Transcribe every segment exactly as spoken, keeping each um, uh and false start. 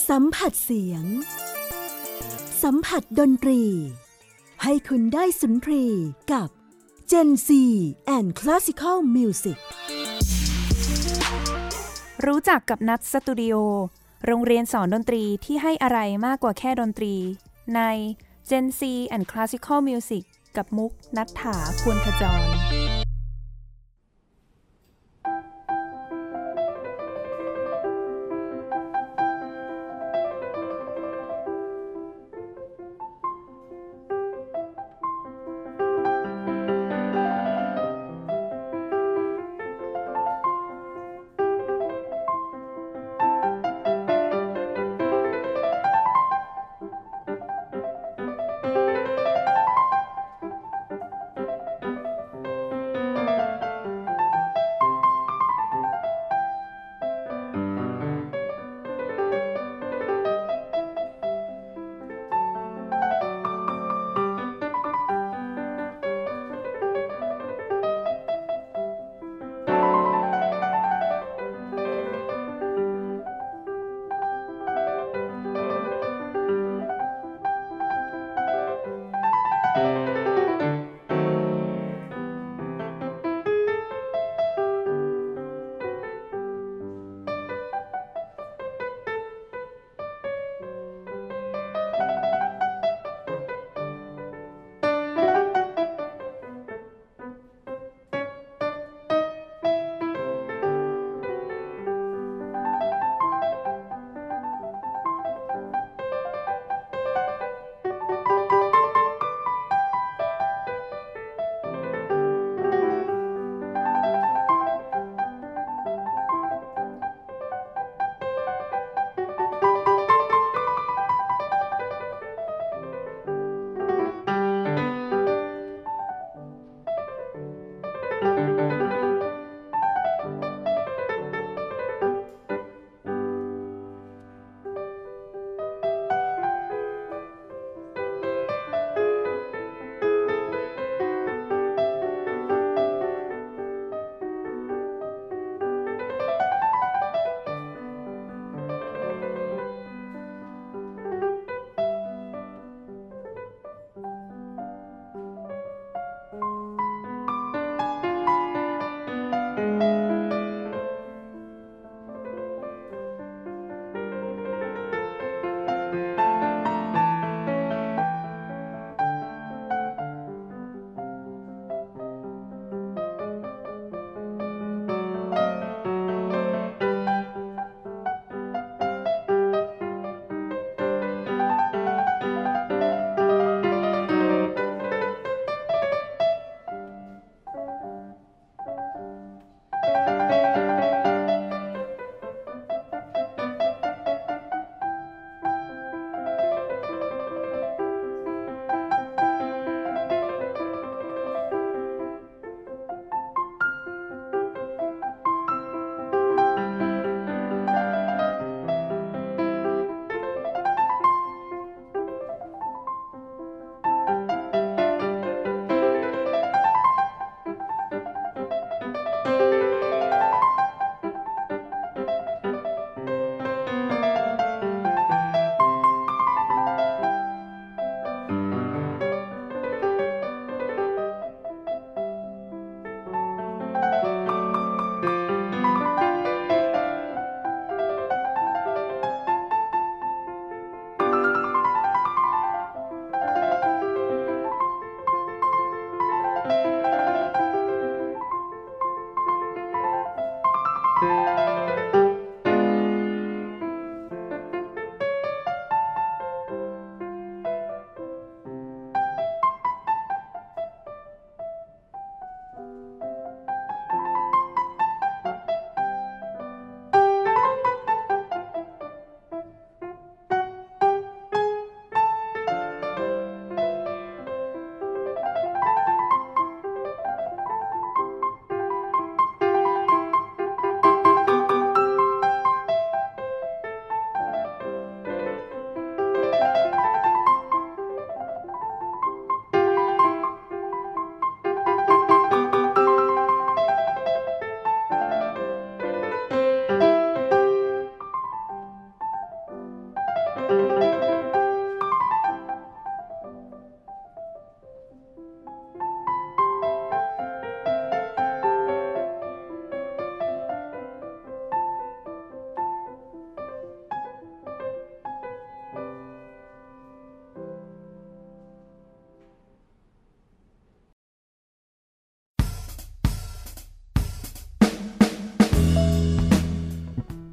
สัมผัสเสียงสัมผัสดนตรีให้คุณได้สุนทรีกับ Gen Z and Classical Music รู้จักกับนัทสตูดิโอโรงเรียนสอนดนตรีที่ให้อะไรมากกว่าแค่ดนตรีใน Gen Z and Classical Music กับมุกณัฐฐา ควรขจร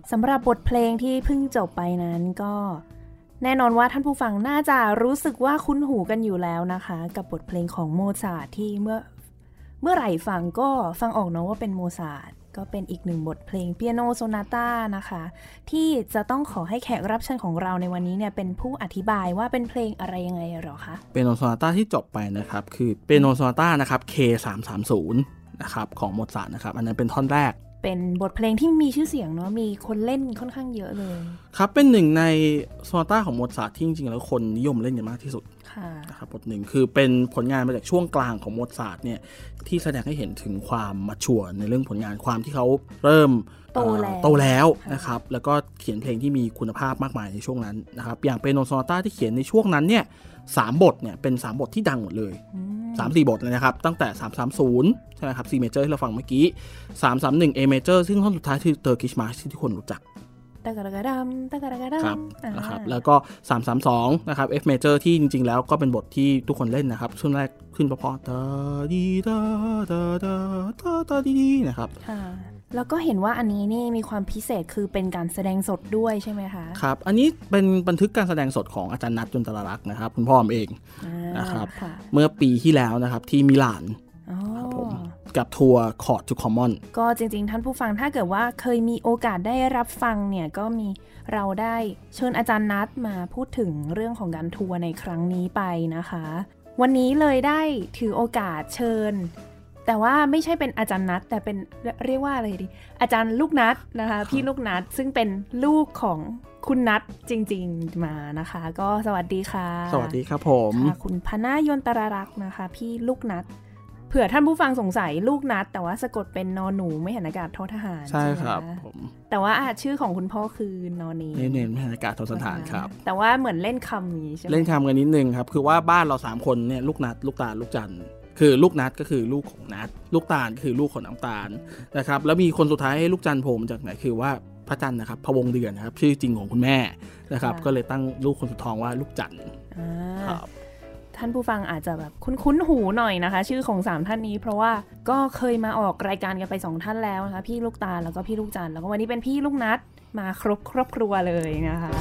สำหรับบทเพลงที่เพิ่งจบไปนั้นก็แน่นอนว่าท่านผู้ฟังน่าจะรู้สึกว่าคุ้นหูกันอยู่แล้วนะคะกับบทเพลงของโมซาร์ทที่เมื่อเมื่อไหร่ฟังก็ฟังออกเนาะว่าเป็นโมซาร์ทก็เป็นอีกหนึ่งบทเพลงเปียโนโซนาต้านะคะที่จะต้องขอให้แขกรับเชิญของเราในวันนี้เนี่ยเป็นผู้อธิบายว่าเป็นเพลงอะไรยังไงหรอคะเปียโนโซนาต้าที่จบไปนะครับคือเปียโนโซนาต้านะครับ เค สาม สาม ศูนย์ นะครับของโมซาร์ทนะครับอันนั้นเป็นท่อนแรกเป็นบทเพลงที่มีชื่อเสียงเนาะมีคนเล่นค่อนข้างเยอะเลยครับเป็นหนึ่งในโซนาต้าของโมซาร์ทที่จริงๆแล้วคนนิยมเล่นกันมากที่สุดนะครับบทหนึ่งคือเป็นผลงานมาจากช่วงกลางของโมซาร์ทเนี่ยที่แสดงให้เห็นถึงความมัชชัวร์ในเรื่องผลงานความที่เขาเริ่มโตแล้วโตแล้วนะครับแล้วก็เขียนเพลงที่มีคุณภาพมากมายในช่วงนั้นนะครับอย่างเปียโนโซนาต้าที่เขียนในช่วงนั้นเนี่ยสามบทเนี่ยเป็นสามบทที่ดังหมดเลย สามสี่ บทเลยนะครับตั้งแต่สามสามศูนย์ใช่มั้ยครับ C major ที่เราฟังเมื่อกี้สามสามหนึ่ง A major ซึ่งท่อนสุดท้ายคือ Turkish March ที่ทุกคนรู้จักตะกะระกะดำตะกะระกะดำครับนะครับแล้วก็สามสามสองนะครับ F major ที่จริงๆแล้วก็เป็นบทที่ทุกคนเล่นนะครับช่วงแรกขึ้นเพราะๆตาดีตาตาตาตาตาดีนะครับค่ะแล้วก็เห็นว่าอันนี้นี่มีความพิเศษคือเป็นการแสดงสดด้วยใช่ไหมคะครับอันนี้เป็นบันทึกการแสดงสดของอาจารย์นัทจุนตรลักษณ์นะครับคุณพ่อผมเองนะครับเมื่อปีที่แล้วนะครับที่มิลานครับผมกับทัวร์ Chord to Common ก็จริงๆท่านผู้ฟังถ้าเกิดว่าเคยมีโอกาสได้รับฟังเนี่ยก็มีเราได้เชิญอาจารย์นัทมาพูดถึงเรื่องของการทัวร์ในครั้งนี้ไปนะคะวันนี้เลยได้ถือโอกาสเชิญแต่ว่าไม่ใช่เป็นอาจารย์นัทแต่เป็นเรียกว่าอะไรดีอาจารย์ลูกนัทนะคะพี่ลูกนัทซึ่งเป็นลูกของคุณนัทจริงๆมานะคะก็สวัสดีค่ะสวัสดีครับผมคุณพนายนตรรักษ์นะคะพี่ลูกนัทเผื่อท่านผู้ฟังสงสัยลูกนัทแต่ว่าสะกดเป็นนอหนูไม่หันอากาศทอทหารใช่ครับผมแต่ว่าอาจชื่อของคุณพ่อคือนอเนเน้นไม่หันอากาศทอสถานครับแต่ว่าเหมือนเล่นคำนี้ใช่ไหมเล่นคำกันนิดนึงครับคือว่าบ้านเราสามคนเนี่ยลูกนัทลูกตาลลูกจันคือลูกนัทก็คือลูกของนัทลูกตาลก็คือลูกของน้ำตาลนะครับแล้วมีคนสุดท้ายให้ลูกจันโผล่มาจากไหนคือว่าพระจันทร์นะครับพะวงเดือนนะครับชื่อจริงของคุณแม่นะครับก็เลยตั้งลูกคนสุดท้องว่าลูกจันทร์ครับท่านผู้ฟังอาจจะแบบคุ้นๆหูหน่อยนะคะชื่อของสามท่านนี้เพราะว่าก็เคยมาออกรายการกันไปสองท่านแล้วนะคะพี่ลูกตาลแล้วก็พี่ลูกจันทร์แล้วก็วันนี้เป็นพี่ลูกนัทมาครบครอบครัวเลยนะคะ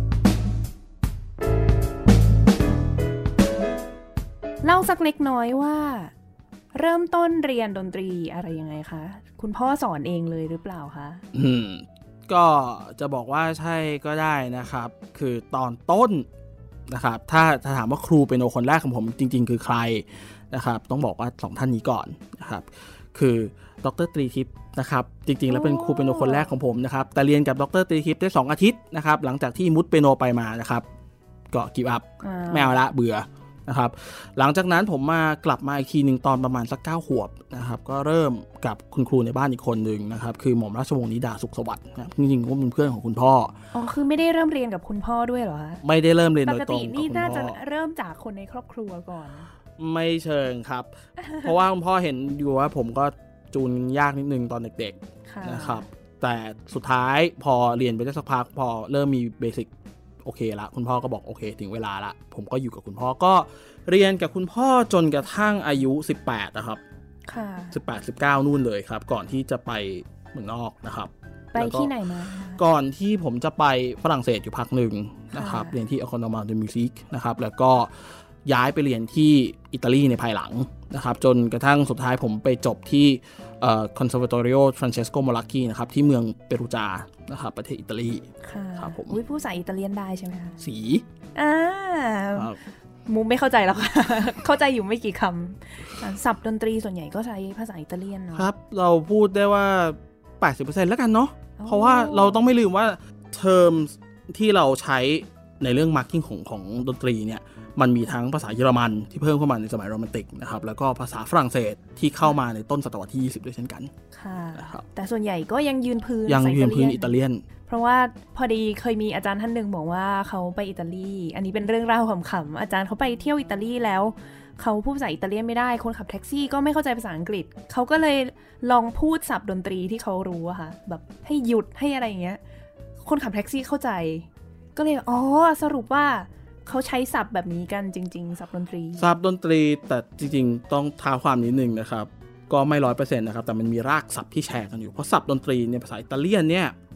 เล่าสักเล็กน้อยว่าเริ่มต้นเรียนดนตรีอะไรยังไงคะคุณพ่อสอนเองเลยหรือเปล่าคะอืมก็จะบอกว่าใช่ก็ได้นะครับคือตอนต้นนะครับถ้าถ้าถามว่าครูเปียโนคนแรกของผมจริงๆคือใครนะครับต้องบอกว่าสองท่านนี้ก่อนนะครับคือดร.ตรีทิพย์นะครับจริงๆแล้วเป็นครูเปียโนคนแรกของผมนะครับแต่เรียนกับดร.ตรีทิพย์ได้สองอาทิตย์นะครับหลังจากที่มุดเปียโนไปมานะครับก็กิฟต์อัพไม่เอาละเบื่อนะครับหลังจากนั้นผมมากลับมาอีกทีนึงตอนประมาณสักเก้าขวบนะครับก็เริ่มกับคุณครูในบ้านอีกคนนึงนะครับคือหม่อมราชวงศ์นิดาสุขสวัสดิ์นะจริงๆก็เป็นเพื่อนของคุณพ่ออ๋อคือไม่ได้เริ่มเรียนกับคุณพ่อด้วยเหรอคะไม่ได้เริ่มเรียนโดยตรงปกตินี่น่าจะเริ่มจากคนในครอบครัวก่อนไม่เชิงครับ เพราะว่าคุณพ่อเห็นอยู่ว่าผมก็จูนยากนิดนึงตอนเด็กๆนะครับแต่สุดท้ายพอเรียนไปได้สักพักพอเริ่มมีเบสิกโอเคละคุณพ่อก็บอกโอเคถึงเวลาละผมก็อยู่กับคุณพ่อก็เรียนกับคุณพ่อจนกระทั่งอายุสิบแปดนะครับค่ะสิบแปด สิบเก้านู่นเลยครับก่อนที่จะไปเมืองนอกนะครับไปที่ไหนมาก่อนที่ผมจะไปฝรั่งเศสอยู่พักหนึ่งนะครับเรียนที่ École de Musique นะครับแล้วก็ย้ายไปเรียนที่อิตาลีในภายหลังนะครับจนกระทั่งสุดท้ายผมไปจบที่เอ่อ Conservatorio Francesco Molacchi นะครับที่เมืองเปรูจานะครับประเทศอิตาลีครับผมอุ๊ยพูดภาษาอิตาเลียนได้ใช่ไหมคะสีอ่ามุมไม่เข้าใจแล้วค่ะเข้าใจอยู่ไม่กี่คำศัพท์ดนตรีส่วนใหญ่ก็ใช้ภาษาอิตาเลียนเนาะครับเราพูดได้ว่า แปดสิบเปอร์เซ็นต์ แล้วกันเนาะเพราะว่าเราต้องไม่ลืมว่า terms ที่เราใช้ในเรื่อง marking ของของดนตรีเนี่ยมันมีทั้งภาษาเยอรมันที่เพิ่มเข้ามาในสมัยโรแมนติกนะครับแล้วก็ภาษาฝรั่งเศสที่เข้ามาในต้นศตวรรษที่ยี่สิบด้วยเช่นกันค่ะแต่ส่วนใหญ่ก็ยังยืนพื้นยังยืนพื้นอิตาเลียนเพราะว่าพอดีเคยมีอาจารย์ท่านหนึ่งบอกว่าเขาไปอิตาลีอันนี้เป็นเรื่องเล่าขำๆอาจารย์เขาไปเที่ยวอิตาลีแล้วเขาพูดภาษาอิตาเลียนไม่ได้คนขับแท็กซี่ก็ไม่เข้าใจภาษาอังกฤษเขาก็เลยลองพูดศัพท์ดนตรีที่เขารู้อะค่ะแบบให้หยุดให้อะไรอย่างเงี้ยคนขับแท็กซี่เข้าใจก็เลยอ๋อสรุปว่าเขาใช้ศัพท์แบบนี้กันจริงๆศัพท์ดนตรีศัพท์ดนตรีแต่จริงๆต้องท้าความนิดนึงนะครับก็ไม่ ร้อยเปอร์เซ็นต์ นะครับแต่มันมีรากศัพท์ที่แชร์กันอยู่เพราะศัพท์ดนตรีในภาษาอิตาเลียนเนี่ย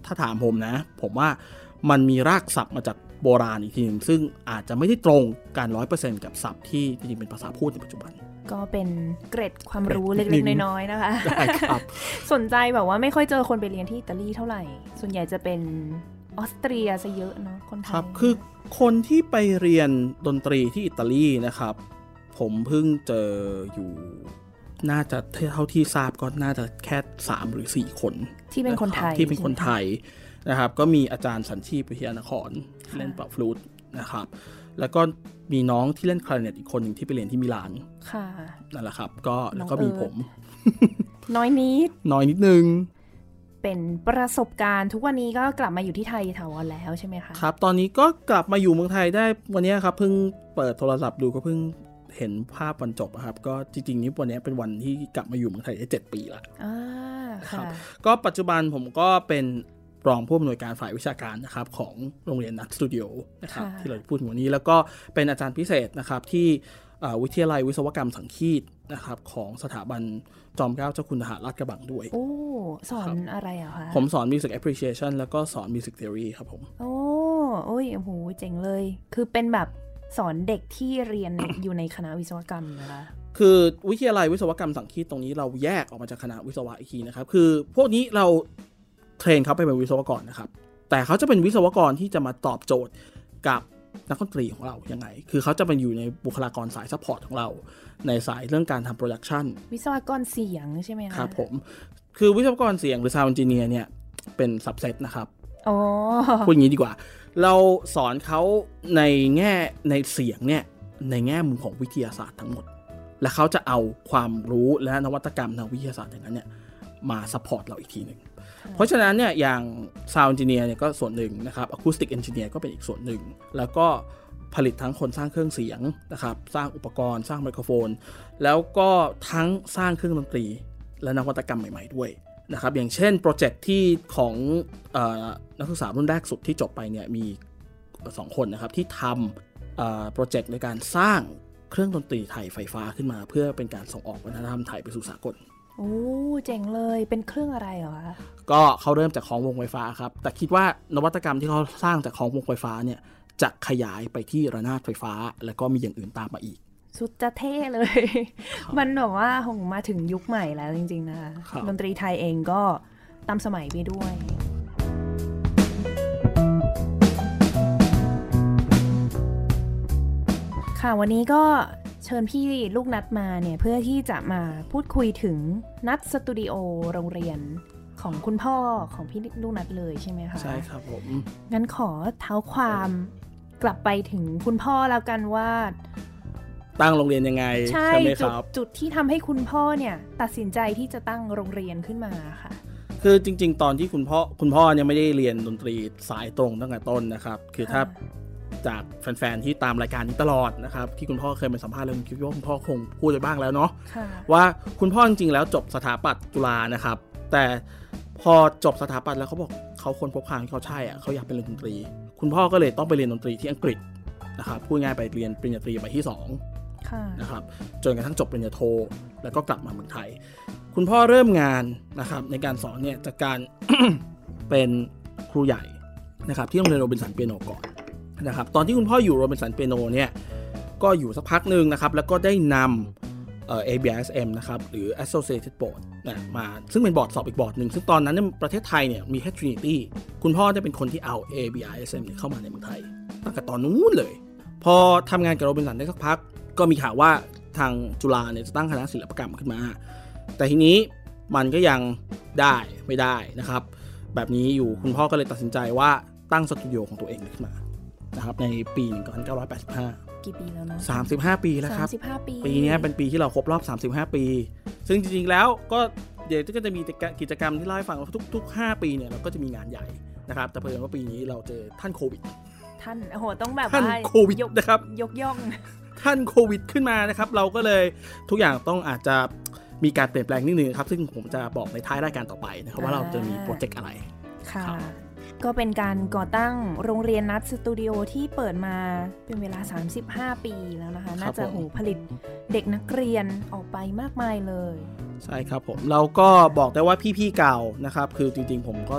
ถ้าถามผมนะผมว่ามันมีรากศัพท์มาจากโบราณอีกทีนึงซึ่งอาจจะไม่ได้ตรงกัน ร้อยเปอร์เซ็นต์ กับศัพท์ที่จริงๆเป็นภาษาพูดในปัจจุบันก็เป็นเกร็ดความรู้เล็กๆน้อยๆนะคะได้ครับสนใจแบบว่าไม่ค่อยเจอคนไปเรียนที่อิตาลีเท่าไหร่ส่วนใหญ่จะเป็นออสเตรียซะเยอะเนาะคนไทยครับคือคนที่ไปเรียนดนตรีที่อิตาลีนะครับผมเพิ่งเจออยู่น่าจะเท่าที่ทราบก็น่าจะแค่สามหรือสี่คนที่เป็นคนไทยที่เป็นคนไทยนะครับก็มีอาจารย์สัญชีพวิทยานครเล่นเป่าฟลูตนะครับแล้วก็มีน้องที่เล่นคลาริเนตอีกคนหนึ่งที่ไปเรียนที่มิลานค่ะนั่นแหละครับก็แล้วก็มีผมน้อยนิดน้อยนิดนึงเป็นประสบการณ์ทุกวันนี้ก็กลับมาอยู่ที่ไทยถาวรแล้วใช่ไหมคะครับตอนนี้ก็กลับมาอยู่เมืองไทยได้วันนี้ครับเพิ่งเปิดโทรศัพท์ดูก็เพิ่งเห็นภาพวันจบครับก็จริงๆนี้วันนี้เป็นวันที่กลับมาอยู่เมืองไทยได้เจ็ดปีละอ่าครับก็ปัจจุบันผมก็เป็นรองผู้อำนวยการฝ่ายวิชาการนะครับของโรงเรียนนัทสตูดิโอนะครับที่เราพูดถึงวันนี้แล้วก็เป็นอาจารย์พิเศษนะครับที่วิทยาลัยวิศวกรรมสังคีตนะครับของสถาบันจอมเกล้าเจ้าคุณทหารลาดกระบังด้วยโอ้สอนอะไรอ่ะคะผมสอน Music Appreciation แล้วก็สอน Music Theory ครับผมโอ้โอ้ยโอ้โหเจ๋งเลยคือเป็นแบบสอนเด็กที่เรียน อยู่ในคณะวิศวกรรมนะคะคือวิทยาลัยวิศวกรรมสังคีตตรงนี้เราแยกออกมาจากคณะวิศวะอีกทีนะครับคือพวกนี้เราเทรนเขาไปเป็นวิศวกรนะครับแต่เขาจะเป็นวิศวกรที่จะมาตอบโจทย์กับนักดนตรีของเรายังไงคือเขาจะเป็นอยู่ในบุคลากรสายซัพพอร์ตของเราในสายเรื่องการทำโปรดักชันวิศวกรเสียงใช่ไหมคะครับผมคือวิศวกรเสียงหรือซาวด์เอนจิเนียร์เนี่ยเป็นซับเซตนะครับอ๋อพูดอย่างนี้ดีกว่าเราสอนเขาในแง่ในเสียงเนี่ยในแง่มุมของวิทยาศาสตร์ทั้งหมดและเขาจะเอาความรู้และนวัตกรรมทางวิทยาศาสตร์อย่างนั้นเนี่ยมาซัพพอร์ตเราอีกทีนึงเพราะฉะนั้นเนี่ยอย่าง Sound Engineer เนี่ยก็ส่วนหนึ่งนะครับ Acoustic Engineer ก็เป็นอีกส่วนหนึ่งแล้วก็ผลิตทั้งคนสร้างเครื่องเสียงนะครับสร้างอุปกรณ์สร้างไมโครโฟนแล้วก็ทั้งสร้างเครื่องดนตรีและนวัตกรรมใหม่ๆด้วยนะครับอย่างเช่นโปรเจกต์ที่ของเอ่อนักศึกษารุ่นแรกสุดที่จบไปเนี่ยมีสองคนนะครับที่ทำเอ่อโปรเจกต์ในการสร้างเครื่องดนตรีไทยไฟฟ้าขึ้นมาเพื่อเป็นการส่งออกวัฒนธรรมไทยไปสู่สากลโอ้เจ๋งเลยเป็นเครื่องอะไรเหรอคะก็เขาเริ่มจากของวงไฟฟ้าครับแต่คิดว่านวัตกรรมที่เขาสร้างจากของวงไฟฟ้าเนี่ยจะขยายไปที่ระนาดไฟฟ้าแล้วก็มีอย่างอื่นตามมาอีกสุดจะเท่เลยมันบอกว่าคงมาถึงยุคใหม่แล้วจริงๆนะคะดนตรีไทยเองก็ตามสมัยไปด้วยค่ะวันนี้ก็เชิญพี่ลูกนัดมาเนี่ยเพื่อที่จะมาพูดคุยถึงนัดสตูดิโอโรงเรียนของคุณพ่อของพี่ลูกนัดเลยใช่ไหมคะใช่ครับผมงั้นขอเท้าความกลับไปถึงคุณพ่อแล้วกันว่าตั้งโรงเรียนยังไงใช่ไหมครับจุดที่ทำให้คุณพ่อเนี่ยตัดสินใจที่จะตั้งโรงเรียนขึ้นมาค่ะคือจริงๆตอนที่คุณพ่อคุณพ่อเนี่ยไม่ได้เรียนดนตรีสายตรงตั้งแต่ต้นนะครับคือถ้าจากแฟนๆที่ตามรายการนี้ตลอดนะครับที่คุณพ่อเคยมาสัมภาษณ์เรื่องคิดว่าคุณพ่อคงพูดไปบ้างแล้วเนาะว่าคุณพ่อจริงๆแล้วจบสถาปัตย์จุฬานะครับแต่พอจบสถาปัตย์แล้วเขาบอกเขาค้นพบทางที่เขาใช่อ่ะเขาอยากเป็นเรียนดนตรีคุณพ่อก็เลยต้องไปเรียนดนตรีที่อังกฤษนะครับพูดง่ายไปเรียนปริญญาตรีใบที่สองนะครับจนกระทั่งจบปริญญาโทแล้วก็กลับมาเมืองไทยคุณพ่อเริ่มงานนะครับในการสอนเนี่ยจากการ เป็นครูใหญ่นะครับที่โรงเรียนโรบินสันเปียโนก่อนนะครับตอนที่คุณพ่ออยู่โรบินสันเปียโนเนี่ยก็อยู่สักพักนึงนะครับแล้วก็ได้นำเอ่อ เอ บี ไอ เอส เอ็ม นะครับหรือ Associated Board นะมาซึ่งเป็นบอร์ดสอบอีกบอร์ดนึงซึ่งตอนนั้นในประเทศไทยเนี่ยมีแค่ Trinity คุณพ่อจะเป็นคนที่เอา เอ บี ไอ เอส เอ็ม เข้ามาในเมืองไทยตั้งแต่ตอนนู้นเลยพอทำงานกับโรบินสันได้สักพักก็มีข่าวว่าทางจุฬาเนี่ยจะตั้งคณะศิลปกรรมขึ้นมาแต่ทีนี้มันก็ยังได้ไม่ได้นะครับแบบนี้อยู่คุณพ่อก็เลยตัดสินใจว่าตั้งสตูดิโอของตัวเองขึ้นมานะครับในปีหนึ่งพันเก้าร้อยแปดสิบห้ากี่ปีแล้วนะสามสิบห้าปีแล้วครับสามสิบห้าปีปีนี้เป็นปีที่เราครบรอบสามสิบห้าปีซึ่งจริงๆแล้วก็เดี๋ยวก็จะมีกิจกรรมที่เล่าให้ฟังว่าทุกๆห้าปีเนี่ยเราก็จะมีงานใหญ่นะครับแต่เผอิญว่าปีนี้เราเจอท่านโควิดท่านโอ้โหต้องแบบท่านโควิดนะครับยกย่องท่านโควิดขึ้นมานะครับเราก็เลยทุกอย่างต้องอาจจะมีการเปลี่ยนแปลงนิดนึงครับซึ่งผมจะบอกในท้ายรายการต่อไปนะครับว่าเราจะมีโปรเจกต์อะไรค่ะก็เป็นการก่อตั้งโรงเรียนนัทสตูดิโอที่เปิดมาเป็นเวลาสามสิบห้าปีแล้วนะคะน่าจะหูผลิตเด็กนักเรียนออกไปมากมายเลยใช่ครับผมเราก็บอกได้ว่าพี่ๆเก่านะครับคือจริงๆผมก็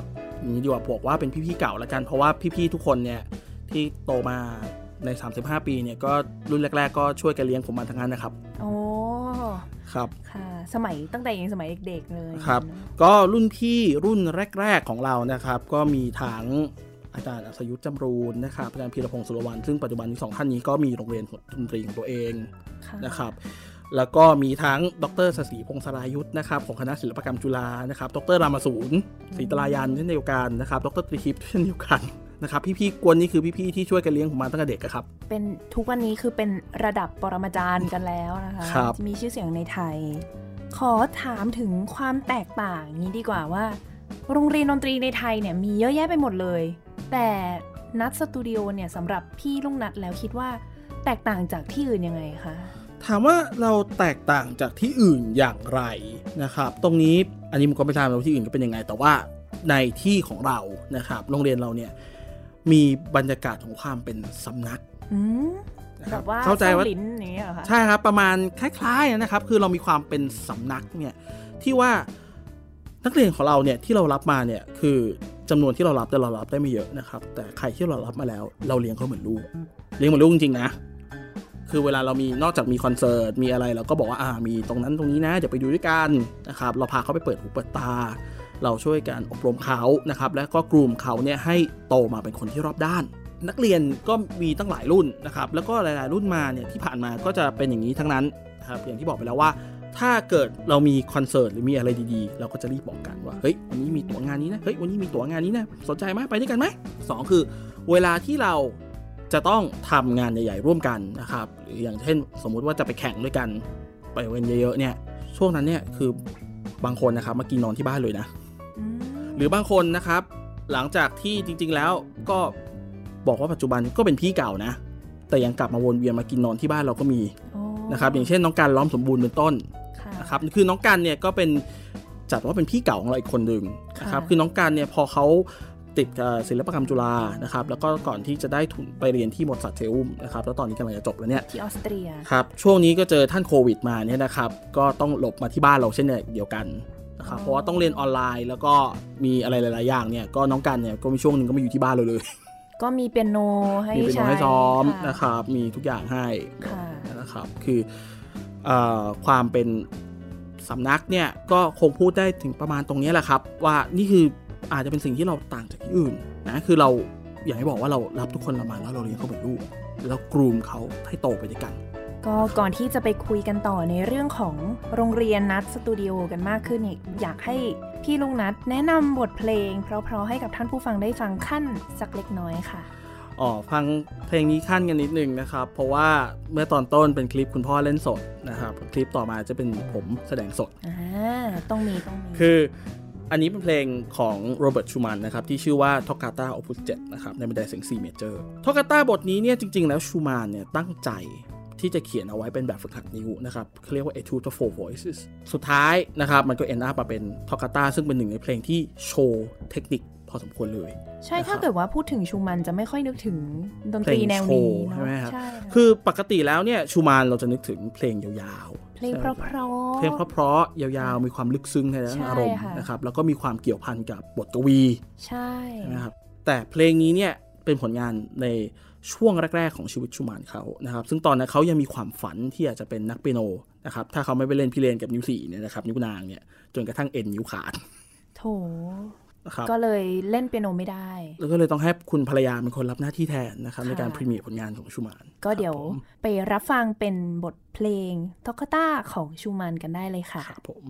นี้ดีกว่าบอกว่าเป็นพี่ๆเก่าละกันเพราะว่าพี่ๆทุกคนเนี่ยที่โตมาในสามสิบห้าปีเนี่ยก็รุ่นแรกๆก็ช่วยกันเลี้ยงผมมาทั้งนั้นนะครับโอ้ครับค่ะสมัยตั้งแต่ยังสมัยเด็กๆเลยครับก็รุ่นพี่รุ่นแรกๆของเรานะครับก็มีทั้งอาจารย์อัศยุทธจำรูนนะครับอาจารย์พีรพงศ์สุรวรรณซึ่งปัจจุบันทั้งสองท่านนี้ก็มีโรงเรียนดนตรีของตัวเองนะครับแล้วก็มีทั้งดร.ศรีพงษ์สรายุทธนะครับของคณะศิลปกรรมจุฬานะครับดร.รามสูรศรีตรายันเช่นเดียวกันนะครับดร.ตรีทิพย์เช่นเดียวกันนะครับพี่ๆกวนนี่คือพี่ๆที่ช่วยกันเลี้ยงผมมาตั้งแต่เด็กครับเป็นทุกวันนี้คือเป็นระดับปรมาจารย์กันแล้วนะคะมีชื่อเสียงในไทยขอถามถึงความแตกต่างนี้ดีกว่าว่าโรงเรียนดนตรีในไทยเนี่ยมีเยอะแยะไปหมดเลยแต่นัทสตูดิโอเนี่ยสำหรับพี่ลุงนัทแล้วคิดว่าแตกต่างจากที่อื่นยังไงคะถามว่าเราแตกต่างจากที่อื่นอย่างไรนะครับตรงนี้อันนี้มันก็ไม่ทราบว่าที่อื่นก็เป็นยังไงแต่ว่าในที่ของเรานะครับโรงเรียนเราเนี่ยมีบรรยากาศของความเป็นสำนักแบบว่าเข้าใจว่าลิ้นนี้เหรอคะใช่ครับประมาณคล้ายๆนะครับคือเรามีความเป็นสำนักเนี่ยที่ว่านักเรียนของเราเนี่ยที่เรารับมาเนี่ยคือจำนวนที่เรารับแต่เรารับได้ไม่เยอะนะครับแต่ใครที่เรารับมาแล้วเราเลี้ยงเขาเหมือนลูกเลี้ยงเหมือนลูกจริงๆนะคือเวลาเรามีนอกจากมีคอนเสิร์ตมีอะไรเราก็บอกว่าอ่ามีตรงนั้นตรงนี้นะเดี๋ยวไปดูด้วยกันนะครับเราพาเขาไปเปิดหูเปิดตาเราช่วยกันอบรมเขานะครับและก็กลุ่มเขาเนี่ยให้โตมาเป็นคนที่รอบด้านนักเรียนก็มีตั้งหลายรุ่นนะครับแล้วก็หลายๆรุ่นมาเนี่ยที่ผ่านมาก็จะเป็นอย่างนี้ทั้งนั้นนะครับอย่างที่บอกไปแล้วว่าถ้าเกิดเรามีคอนเสิร์ตหรือมีอะไรดีๆเราก็จะรีบบอกกันว่าเฮ้ยวันนี้มีตั๋วงานนี้นะเฮ้ยวันนี้มีตั๋วงานนี้นะสนใจไหมไปด้วยกันไหมสองคือเวลาที่เราจะต้องทำงานใหญ่ๆร่วมกันนะครับหรืออย่างเช่นสมมุติว่าจะไปแข่งด้วยกันไปเว้นเยอะๆเนี่ยช่วงนั้นเนี่ยคือบางคนนะครับมากินนอนที่บ้านเลยนะหรือบางคนนะครับหลังจากที่จริงๆแล้วก็บอกว่าปัจจุบันก็เป็นพี่เก่านะแต่ยังกลับมาวนเวียนมากินนอนที่บ้านเราก็มีนะครับอย่างเช่นน้องกันล้อมสมบูรณ์เป็นต้นนะครับคือน้องกันเนี่ยก็เป็นจัดว่าเป็นพี่เก่าของเราอีกคนหนึ่งนะครับคือน้องกันเนี่ยพอเขาติดศิลปกรรมจุฬานะครับแล้วก็ก่อนที่จะได้ทุนไปเรียนที่มอซาร์ทเซอุมนะครับแล้วตอนนี้กำลังจะจบแล้วเนี่ยที่ออสเตรียครับช่วงนี้ก็เจอท่านโควิดมาเนี่ยนะครับก็ต้องหลบมาที่บ้านเราเช่นเดียวกันนะครับเพราะว่าต้องเรียนออนไลน์แล้วก็มีอะไรหลายๆอย่างเนี่ยก็น้องกันเนี่ยก็มีช่วงนึงก็มาอยู่ที่บ้านเราเลยก็มีเปียโนให้มีเปียโนให้ซ้อมนะครับมีทุกอย่างให้นะครับคือความเป็นสำนักเนี่ยก็คงพูดได้ถึงประมาณตรงนี้แหละครับว่านี่คืออาจจะเป็นสิ่งที่เราต่างจากที่อื่นนะคือเราอย่างที่บอกว่าเรารับทุกคนละมาแล้วเราเลี้ยงเขาเป็นลูกแล้วกรูมเขาให้โตไปด้วยกันก็ก่อนที่จะไปคุยกันต่อในเรื่องของโรงเรียนนัทสตูดิโอกันมากขึ้นเนี่ยอยากให้พี่ลุงนัทแนะนำบทเพลงเพราะๆให้กับท่านผู้ฟังได้ฟังขั้นสักเล็กน้อยค่ะอ๋อฟังเพลงนี้ขั้นกันนิดนึงนะครับเพราะว่าเมื่อตอนต้นเป็นคลิปคุณพ่อเล่นสดนะครับคลิปต่อมาจะเป็นผมแสดงสดอ่าต้องมีต้องมีคืออันนี้เป็นเพลงของโรเบิร์ตชูมันนะครับที่ชื่อว่า Toccata Opus เจ็ดนะครับในบรรดาเสียง C Major Toccata บทนี้เนี่ยจริงๆแล้วชูมันเนี่ยตั้งใจที่จะเขียนเอาไว้เป็นแบบฝึกหัดนิ้วนะครับเขาเรียกว่า Etude for Four Voices สุดท้ายนะครับมันก็ end up มาเป็น Toccata ซึ่งเป็นหนึ่งในเพลงที่โชว์เทคนิคพอสมควรเลยใช่ถ้าเกิดว่าพูดถึงชูมันจะไม่ค่อยนึกถึงดนตรีแนวนี้ใช่ไหมครับคือปกติแล้วเนี่ยชูมันเราจะนึกถึงเพลงยาวๆเพลงเพราะๆเพลงเพราะๆยาวๆมีความลึกซึ้งในด้านอารมณ์นะครับแล้วก็มีความเกี่ยวพันกับบทกวีใช่นะครับแต่เพลงนี้เนี่ยเป็นผลงานในช่วงแรกๆของชีวิตชูมันเขานะครับซึ่งตอนนั้นเขายังมีความฝันที่อยากจะเป็นนักเปียโนนะครับถ้าเขาไม่ไปเล่นพิเรนกับนิ้วสี่เนี่ยนะครับนิ้วนางเนี่ยจนกระทั่งเอ็นนิ้วขาดโถก็เลยเล่นเปียโนไม่ได้แล้วก็เลยต้องให้คุณภรรยาเป็นคนรับหน้าที่แทนนะครับในการพรีเมียร์ผลงานของชูมันก็เดี๋ยวไปรับฟังเป็นบทเพลงทอกคาต้าของชูมันกันได้เลยค่ะครับผม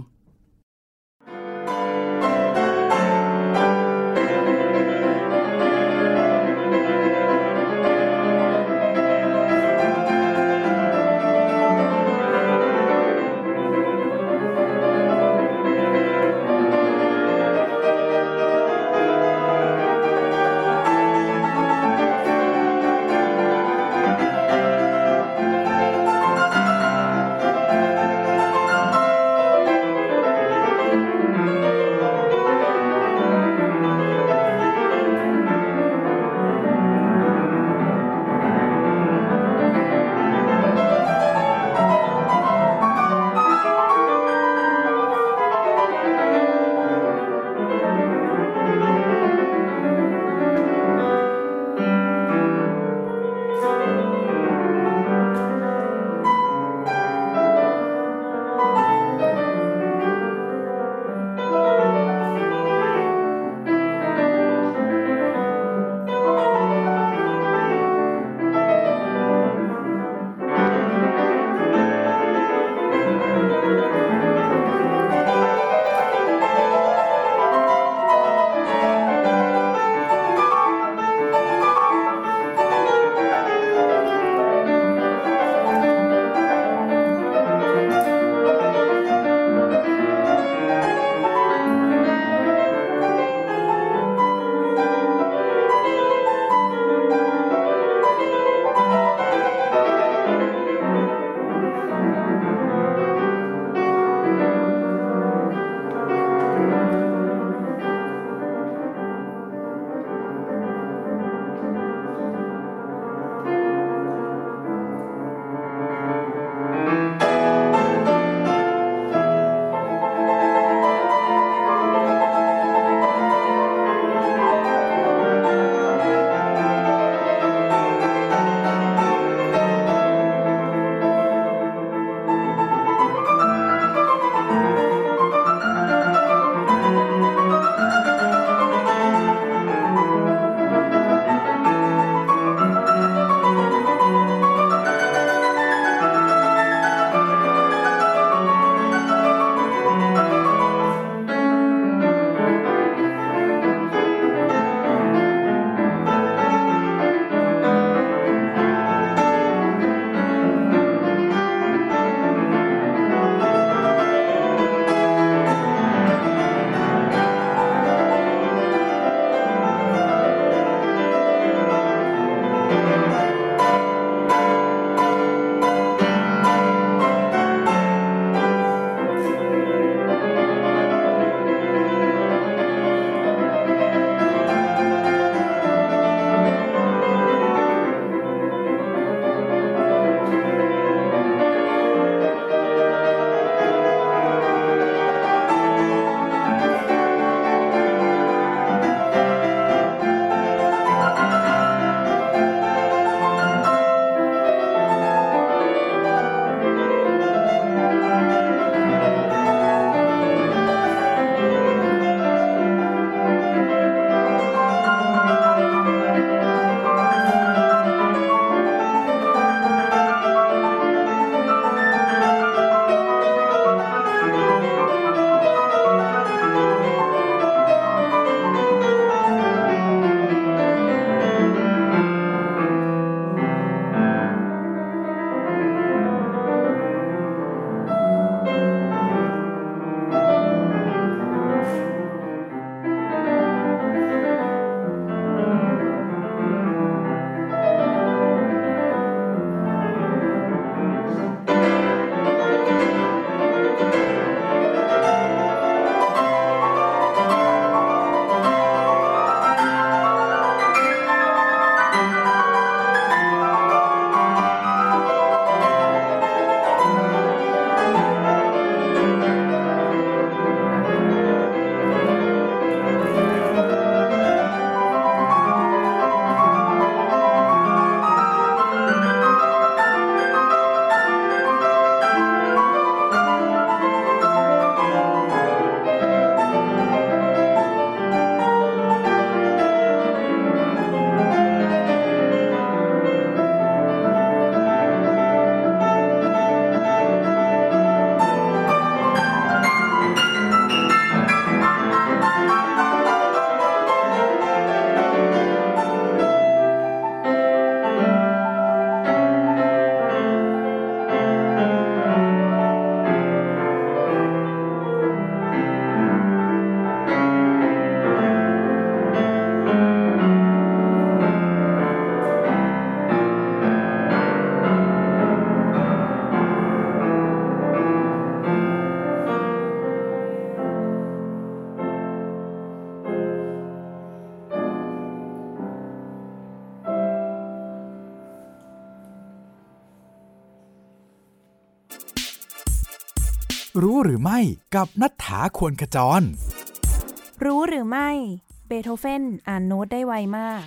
รู้หรือไม่กับณัฐฐา ควรขจรรู้หรือไม่เบโธเฟนอ่านโน้ตได้ไวมาก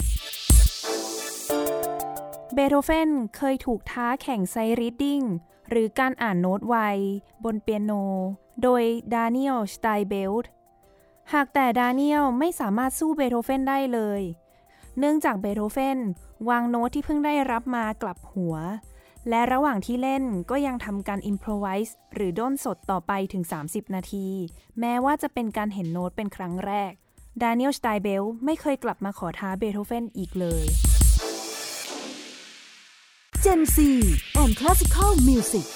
เบโธเฟนเคยถูกท้าแข่งไซต์รีดดิ้งหรือการอ่านโน้ตไวบนเปียโนโดยดาเนียล สไตน์เบลต์หากแต่ดาเนียลไม่สามารถสู้เบโธเฟนได้เลยเนื่องจากเบโธเฟนวางโน้ตที่เพิ่งได้รับมากลับหัวและระหว่างที่เล่นก็ยังทำการอิมโพรไวส์หรือด้นสดต่อไปถึงสามสิบนาทีแม้ว่าจะเป็นการเห็นโน้ตเป็นครั้งแรกดาเนียล สไตน์เบลต์ไม่เคยกลับมาขอท้าเบโธเฟนอีกเลย Gen ซี and Classical Music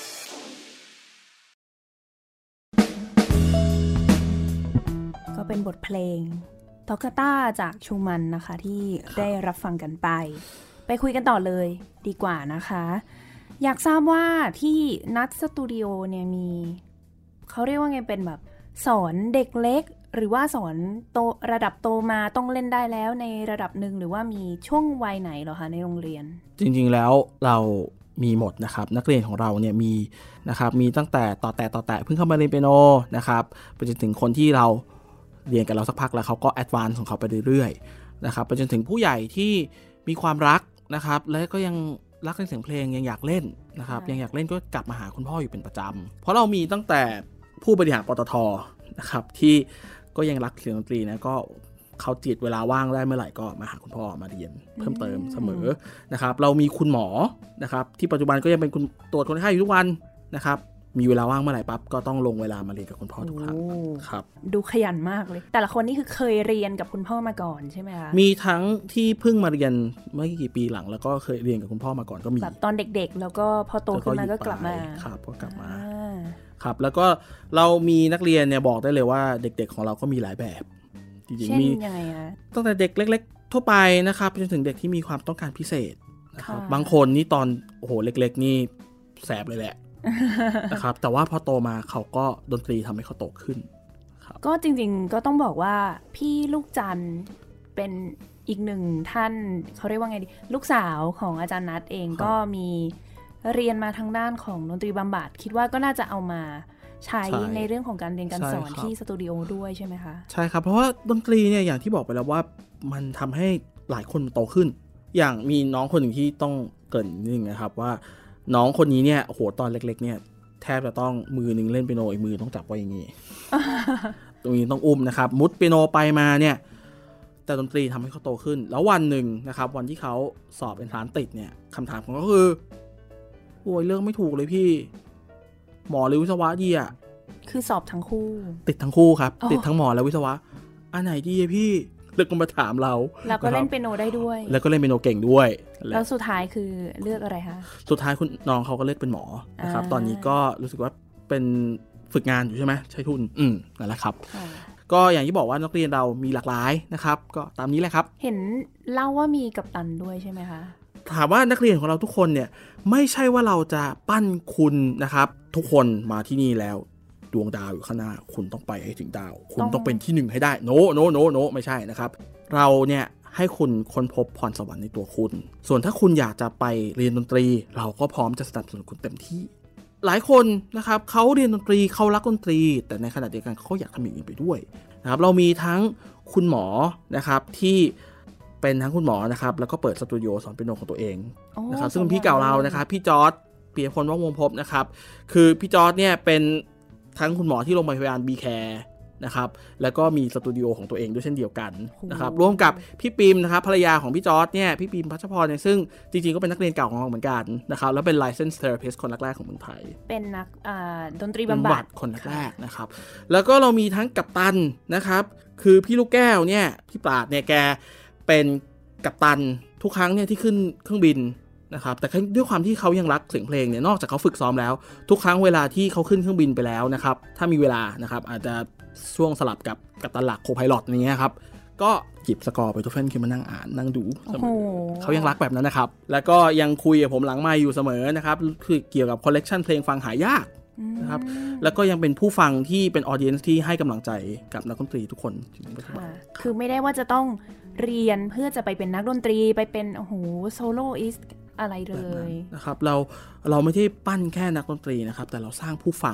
ก็เป็นบทเพลงทอกาต้าจากชูมันนะคะที่ได้รับฟังกันไปไปคุยกันต่อเลยดีกว่านะคะอยากทราบว่าที่นัทสตูดิโอเนี่ยมีเขาเรียกว่าไงเป็นแบบสอนเด็กเล็กหรือว่าสอนโตระดับโตมาต้องเล่นได้แล้วในระดับหนึ่งหรือว่ามีช่วงวัยไหนเหรอคะในโรงเรียนจริงๆแล้วเรามีหมดนะครับนักเรียนของเราเนี่ยมีนะครับมีตั้งแต่ต่อแต่ต่อแต่เพิ่งเข้ามาเรียนเปียโนนะครับไปจนถึงคนที่เราเรียนกับเราสักพักแล้วเขาก็แอดวานซ์ของเขาไปเรื่อยๆนะครับไปจนถึงผู้ใหญ่ที่มีความรักนะครับและก็ยังรักในเสียงเพลงยังอยากเล่นนะครับยังอยากเล่นก็กลับมาหาคุณพ่ออยู่เป็นประจำเพราะเรามีตั้งแต่ผู้บริหารปตท.นะครับที่ก็ยังรักเสียงดนตรีนะก็เขาจิตเวลาว่างได้เมื่อไหร่ก็มาหาคุณพ่อมาเรียนเพิ่มเติมเสมอนะครับเรามีคุณหมอนะครับที่ปัจจุบันก็ยังเป็นคุณตรวจคนไข้อยู่ทุกวันนะครับมีเวลาว่างเมื่อไหร่ปั๊บก็ต้องลงเวลามาเรียนกับคุณพ่อทุกครั้งครับดูขยันมากเลยแต่ละคนนี่คือเคยเรียนกับคุณพ่อมาก่อนใช่ไหมคะมีทั้งที่เพิ่งมาเรียนเมื่อกี่ปีหลังแล้วก็เคยเรียนกับคุณพ่อมาก่อนก็มีแบบตอนเด็กๆแล้วก็พอโตขึ้นมาก็กลับมาครับก็กลับมาครับแล้วก็เรามีนักเรียนเนี่ยบอกได้เลยว่าเด็กๆของเราก็มีหลายแบบจริงๆมียังไงคะตั้งแต่เด็กเล็กๆทั่วไปนะครับจนถึงเด็กที่มีความต้องการพิเศษนะครับบางคนนี่ตอนโอ้โหเล็กๆนี่แสบเลยแหละนะครับแต่ว่าพอโตมาเขาก็ดนตรีทำให้เขาโตขึ้นครับก็จริงๆก็ต้องบอกว่าพี่ลูกจันทร์เป็นอีกหนึ่งท่านเขาเรียกว่าไงดีลูกสาวของอาจารย์นัทเองก็มีเรียนมาทางด้านของดนตรีบำบัดคิดว่าก็น่าจะเอามาใช้ในเรื่องของการเรียนการสอนที่สตูดิโอด้วยใช่ไหมคะใช่ครับเพราะว่าดนตรีเนี่ยอย่างที่บอกไปแล้วว่ามันทำให้หลายคนโตขึ้นอย่างมีน้องคนหนึ่งที่ต้องเกริ่นนิดนึงนะครับว่าน้องคนนี้เนี่ยโอ้โหตอนเล็กๆเนี่ยแทบจะต้องมือนึงเล่นเปียโนอีกมือต้องจับไว้อย่างนี้ ตรงนี้ต้องอุ้มนะครับมุดเปียโนไปมาเนี่ยแต่ดนตรีทำให้เขาโตขึ้นแล้ววันหนึ่งนะครับวันที่เขาสอบเอนทรานซ์ติดเนี่ยคำถามของเขาคือโอ้ยเรื่องไม่ถูกเลยพี่หมอหรือวิศวะดีอ่ะคือสอบทั้งคู่ติดทั้งคู่ครับติดทั้งหมอและวิศวะอันไหนดีพี่เลือกมาถามเราแล้วก็เล่นเปียโนได้ด้วยแล้วก็เล่นเปียโนเก่งด้วยแล้วสุดท้ายคือเลือกอะไรคะสุดท้ายคุณน้องเขาก็เลือกเป็นหมอนะครับตอนนี้ก็รู้สึกว่าเป็นฝึกงานอยู่ใช่ไหมใช้ทุนอืมนั่นแหละครับก็อย่างที่บอกว่านักเรียนเรามีหลากหลายนะครับก็ตามนี้แหละครับเห็นเล่าว่ามีกัปตันด้วยใช่ไหมคะถามว่านักเรียนของเราทุกคนเนี่ยไม่ใช่ว่าเราจะปั้นคุณนะครับทุกคนมาที่นี่แล้วดวงดาวอยู่ข้างหน้าคุณต้องไปให้ถึงดาวคุณต้องเป็นที่หนึ่งให้ได้โนโนโนโนไม่ใช่นะครับเราเนี่ยให้คุณค้นพบพรสวรรค์ในตัวคุณส่วนถ้าคุณอยากจะไปเรียนดนตรีเราก็พร้อมจะสนับสนุนคุณเต็มที่หลายคนนะครับเขาเรียนดนตรีเขารักดนตรีแต่ในขณะเดียวกันเขาอยากทำอย่างอื่นไปด้วยนะครับเรามีทั้งคุณหมอนะครับที่เป็นทั้งคุณหมอนะครับแล้วก็เปิดสตูดิโอสอนเปียโนของตัวเองนะครับซึ่งพี่เก่าเรานะครับพี่จอร์จเปียพลว่องวงภพนะครับคือพี่จอร์จเนี่ยเป็นทั้งคุณหมอที่โรงพยาบาลบีแคร์นะครับแล้วก็มีสตูดิโอของตัวเองด้วยเช่นเดียวกันนะครับร่วมกับพี่ปิมนะครับภรรยาของพี่จอร์จเนี่ยพี่ปิมพัชพรเนี่ยซึ่งจริงๆก็เป็นนักเรียนเก่าของเราเหมือนกันนะครับแล้วเป็น licensed therapist คนแรกๆของเมืองไทยเป็นนักดนตรีบำบัดคนแรกๆนะครับแล้วก็เรามีทั้งกัปตันนะครับคือพี่ลูกแก้วเนี่ยพี่ปราดเนี่ยแกเป็นกัปตันทุกครั้งเนี่ยที่ขึ้นเครื่องบินนะครับแต่ด้วยความที่เขายังรักเสียงเพลงเนี่ยนอกจากเขาฝึกซ้อมแล้วทุกครั้งเวลาที่เขาขึ้นเครื่องบินไปแล้วนะครับถ้ามีเวลานะครับอาจจะช่วงสลับกับกัปตันหลักโคไพลอตอย่างเงี้ยครับก็หยิบสกอร์ไปทุกเฟนขึ้นมานั่งอ่านนั่งดูเขายังรักแบบนั้นนะครับแล้วก็ยังคุยกับผมหลังไมค์อยู่เสมอนะครับคือเกี่ยวกับคอลเลกชันเพลงฟังหายากนะครับแล้วก็ยังเป็นผู้ฟังที่เป็นออเดียนซ์ที่ให้กำลังใจกับนักดนตรีทุกคนคือไม่ได้ว่าจะต้องเรียนเพื่อจะไปเป็นนักดนตรีไปเป็นโอ้โหโซโลอิสต์อะไรเลยนะครับเราเราไม่ได้ปั้นแค่นักดนตรีนะครับแต่เราสร้างผู้ฟังอ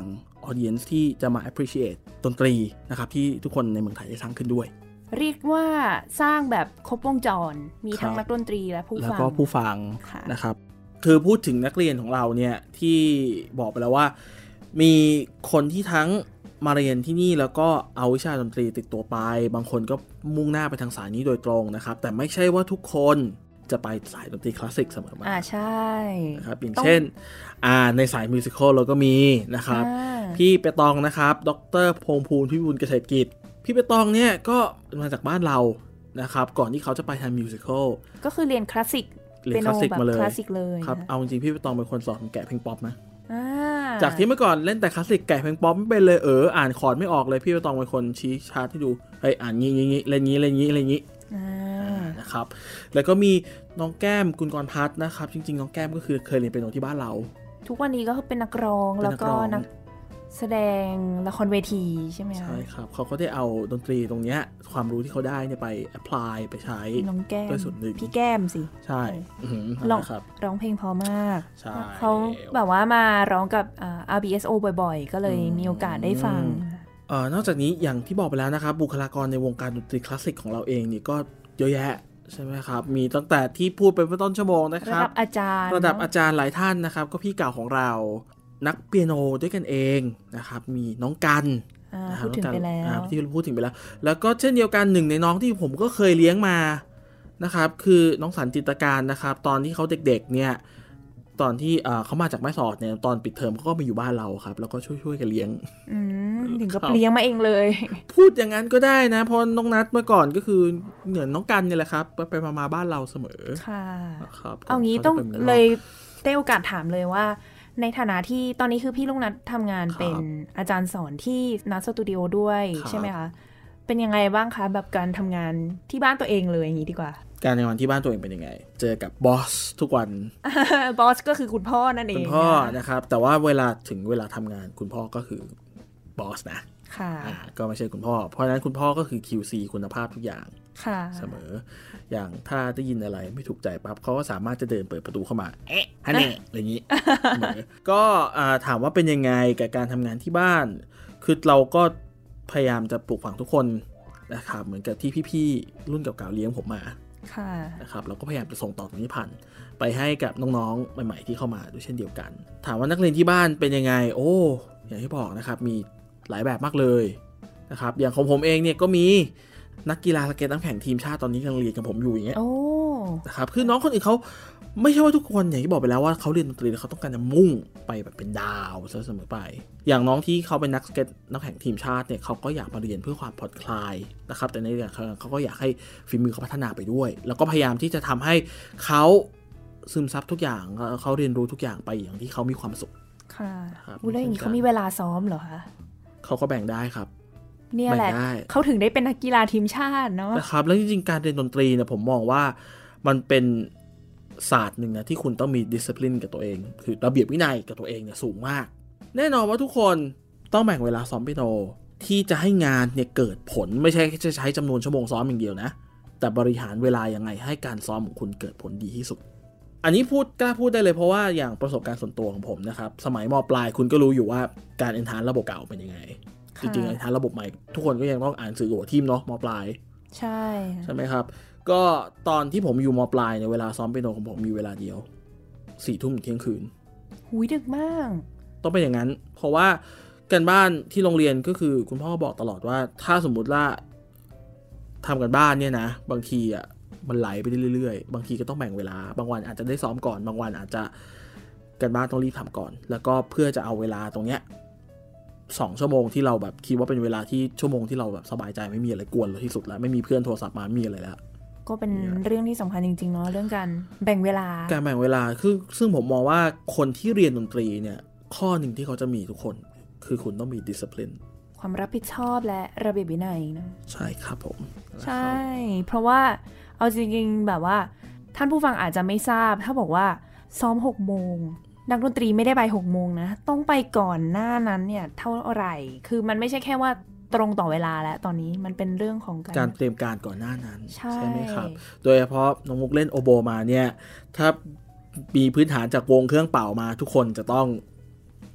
audience ที่จะมา appreciate ดนตรีนะครับที่ทุกคนในเมืองไทยได้สร้างขึ้นด้วยเรียกว่าสร้างแบบครบวงจรมีทั้งนักดนตรีและผู้ฟังแล้วก็ผู้ฟังนะครับคือพูดถึงนักเรียนของเราเนี่ยที่บอกไปแล้วว่ามีคนที่ทั้งมาเรียนที่นี่แล้วก็เอาวิชาดนตรีติดตัวไปบางคนก็มุ่งหน้าไปทางสายนี้โดยตรงนะครับแต่ไม่ใช่ว่าทุกคนจะไปสายดนตรีคลาสสิกเสมอมาอ่าใช่นะครับอย่างเช่นอ่าในสายมิวสิคอลเราก็มีนะครับพี่เปตองนะครับดร.พงษ์ภูลพิบูลเกษตรกิจพี่เปตองเนี่ยก็มาจากบ้านเรานะครับก่อนที่เขาจะไปทางมิวสิคอลก็คือเรียนคลาสสิกเรียนคลาสสิกมาเลยคลาสสิกเลยครับเอาจริงๆพี่เปตองเป็นคนสอนแกะเพลงป๊อปนะจากที่เมื่อก่อนเล่นแต่คลาสสิกแกะเพลงป๊อปไม่เป็นเลยเอออ่านคอร์ดไม่ออกเลยพี่เปตองเป็นคนชี้ชาร์ตให้ดูเฮ้ยอ่านงี้งี้เล่นงี้เล่นงี้เล่นงี้นะครับแล้วก็มีน้องแก้มกุลกรพัฒน์นะครับจริงๆน้องแก้มก็คือเคยเรียนเปียโนที่บ้านเราทุกวันนี้ก็คือเป็นนักร้องแล้วก็นักแสดงละครเวทีใช่ไหมคะใช่ครับเขาก็ได้เอาดนตรีตรงนี้ความรู้ที่เขาได้เนี่ยไปแอพพลายไปใช้น้องแก้มด้วยส่วนหนึ่งพี่แก้มสิใช่ร้องร้องเพลงพอมากเขาแบบว่ามาร้องกับ อาร์ บี เอส โอ บ่อยๆก็เลยมีโอกาสได้ฟังเอ่อนอกจากนี้อย่างที่บอกไปแล้วนะครับบุคลากรในวงการดนตรีคลาสสิกของเราเองนี่ก็เยอะแยะใช่ไหมครับมีตั้งแต่ที่พูดไปเมื่อต้นชั่วโมงนะครับระดับอาจารย์ระดับอาจารย์หลายท่านนะครับก็พี่เก่าของเรานักเปียโนด้วยกันเองนะครับมีน้องกันพูดถึงไปแล้วที่พูดถึงไปแล้วแล้วก็เช่นเดียวกันหนึ่งในน้องที่ผมก็เคยเลี้ยงมานะครับคือน้องสันจิตการนะครับตอนที่เขาเด็กๆเนี่ยตอนที่เขามาจากแม่สอดเนี่ยตอนปิดเทอมเขาก็มาอยู่บ้านเราครับแล้วก็ช่วยๆกันเลี้ยงถึงกับเลี้ยงมาเองเลยพูดอย่างนั้นก็ได้นะเพราะน้องนัทเมื่อก่อนก็คือเหมือนน้องกันเนี่ยแหละครับไปๆมาๆบ้านเราเสมอค่ะครับเอางี้ต้องเลยได้โอกาสถามเลยว่าในฐานะที่ตอนนี้คือพี่ลูกนัททำงานเป็นอาจารย์สอนที่นัทสตูดิโอด้วยใช่ไหมคะเป็นยังไงบ้างคะแบบการทำงานที่บ้านตัวเองเลยอย่างนี้ดีกว่าการทำงานที่บ้านตัวเองเป็นยังไงเจอกับบอสทุกวันบอสก็คือคุณพ่อนั่นเองคุณพ่อนะครับแต่ว่าเวลาถึงเวลาทำงานคุณพ่อก็คือบอสนะค่ะก็ไม่ใช่คุณพ่อเพราะฉะนั้นคุณพ่อก็คือ คิว ซี คุณภาพทุกอย่างเสมออย่างถ้าได้ยินอะไรไม่ถูกใจปั๊บเขาก็สามารถจะเดินเปิดประตูเข้ามาเอ๊ะฮันนี่อะไรอย่างนี้ ก็ถามว่าเป็นยังไงกับการทำงานที่บ้านคือเราก็พยายามจะปลูกฝังทุกคนนะครับเหมือนกับที่พี่ๆรุ่นเก่าๆเลี้ยงผมมานะครับเราก็พยายามจะส่งต่อตรงนี้ผ่านไปให้กับน้องๆใหม่ๆที่เข้ามาด้วยเช่นเดียวกันถามว่านักเรียนที่บ้านเป็นยังไงโอ้อย่างที่บอกนะครับมีหลายแบบมากเลยนะครับอย่างของผมเองเนี่ยก็มีนักกีฬาสเก็ตน้ำแข็งทีมชาติตอนนี้กำลังเรียนกับผมอยู่อย่างเงี้ยนะครับคือน้องคนอื่นเขาไม่ใช่ว่าทุกคนอย่างที่บอกไปแล้วว่าเขาเรียนดนตรีแล้วเขาต้องการจะมุ่งไปแบบเป็นดาวซะเสมอไปอย่างน้องที่เขาเป็นนักสเก็ตน้ำแข็งทีมชาติเนี่ยเขาก็อยากมาเรียนเพื่อความผ่อนคลายนะครับแต่ในเรื่องเขาก็อยากให้ฝีมือเขาพัฒนาไปด้วยแล้วก็พยายามที่จะทำให้เขาซึมซับทุกอย่างเขาเรียนรู้ทุกอย่างไปอย่างที่เขามีความสุขค่ะพูดได้อย่างนี้เขามีเวลาซ้อมเหรอคะเขาก็แบ่งได้ครับเนี่ยแหละเขาถึงได้เป็นนักกีฬาทีมชาติเนาะนะครับแล้วจริงๆการเรียนดนตรีเนี่ยผมมองว่ามันเป็นศาสตร์หนึ่งนะที่คุณต้องมีดิสซิปลินกับตัวเองคือระเบียบวินัยกับตัวเองเนี่ยสูงมากแน่นอนว่าทุกคนต้องแบ่งเวลาซ้อมเปียโนที่จะให้งานเนี่ยเกิดผลไม่ใช่แค่จะใช้จำนวนชั่วโมงซ้อมอย่างเดียวนะแต่บริหารเวลายังไงให้การซ้อมของคุณเกิดผลดีที่สุดอันนี้พูดกล้าพูดได้เลยเพราะว่าอย่างประสบการณ์ส่วนตัวของผมนะครับสมัยม.ปลายคุณก็รู้อยู่ว่าการเอนทรานซ์ระบบเก่าเป็นยังไงจริงๆไอ้ทางระบบใหม่ทุกคนก็ยังต้องอ่านสื่อหัวทีมเนาะม.ปลายใช่ใช่ไหมครับก็ตอนที่ผมอยู่ม.ปลายเนี่ยเวลาซ้อมเปียโนของผมมีเวลาเดียวสี่ทุ่มถึงเที่ยงคืนหุยดึกมากต้องเป็นอย่างนั้นเพราะว่าการบ้านที่โรงเรียนก็คือคุณพ่อบอกตลอดว่าถ้าสมมุติว่าทำกันบ้านเนี่ยนะบางทีอ่ะมันไหลไปเรื่อยๆบางทีก็ต้องแบ่งเวลาบางวันอาจจะได้ซ้อมก่อนบางวันอาจจะการบ้านต้องรีบทำก่อนแล้วก็เพื่อจะเอาเวลาตรงเนี้ยสองชั่วโมงที่เราแบบคิดว่าเป็นเวลาที่ชั่วโมงที่เราแบบสบายใจไม่มีอะไรกวนเราที่สุดแล้วไม่มีเพื่อนโทรศัพท์มาไม่มีอะไรแล้วก็เป็นเรื่องที่สำคัญจริงๆเนาะเรื่องการแบ่งเวลาการแบ่งเวลาคือซึ่งผมมองว่าคนที่เรียนดนตรีเนี่ยข้อหนึ่งที่เขาจะมีทุกคนคือคุณต้องมีดิสซิปลินความรับผิดชอบและระเบียบวินัยนะใช่ครับผมใช่เพราะว่าเอาจริงๆแบบว่าท่านผู้ฟังอาจจะไม่ทราบถ้าบอกว่าซ้อมหกโมงนักดนตรีไม่ได้ไปหกโมงนะต้องไปก่อนหน้านั้นเนี่ยเท่าไหร่คือมันไม่ใช่แค่ว่าตรงต่อเวลาแล้วตอนนี้มันเป็นเรื่องของการการเตรียมการก่อนหน้านั้นใช่ ใช่ไหมครับโดยเฉพาะน้องมุกเล่นโอโบมาเนี่ยถ้ามีพื้นฐานจากวงเครื่องเป่ามาทุกคนจะต้อง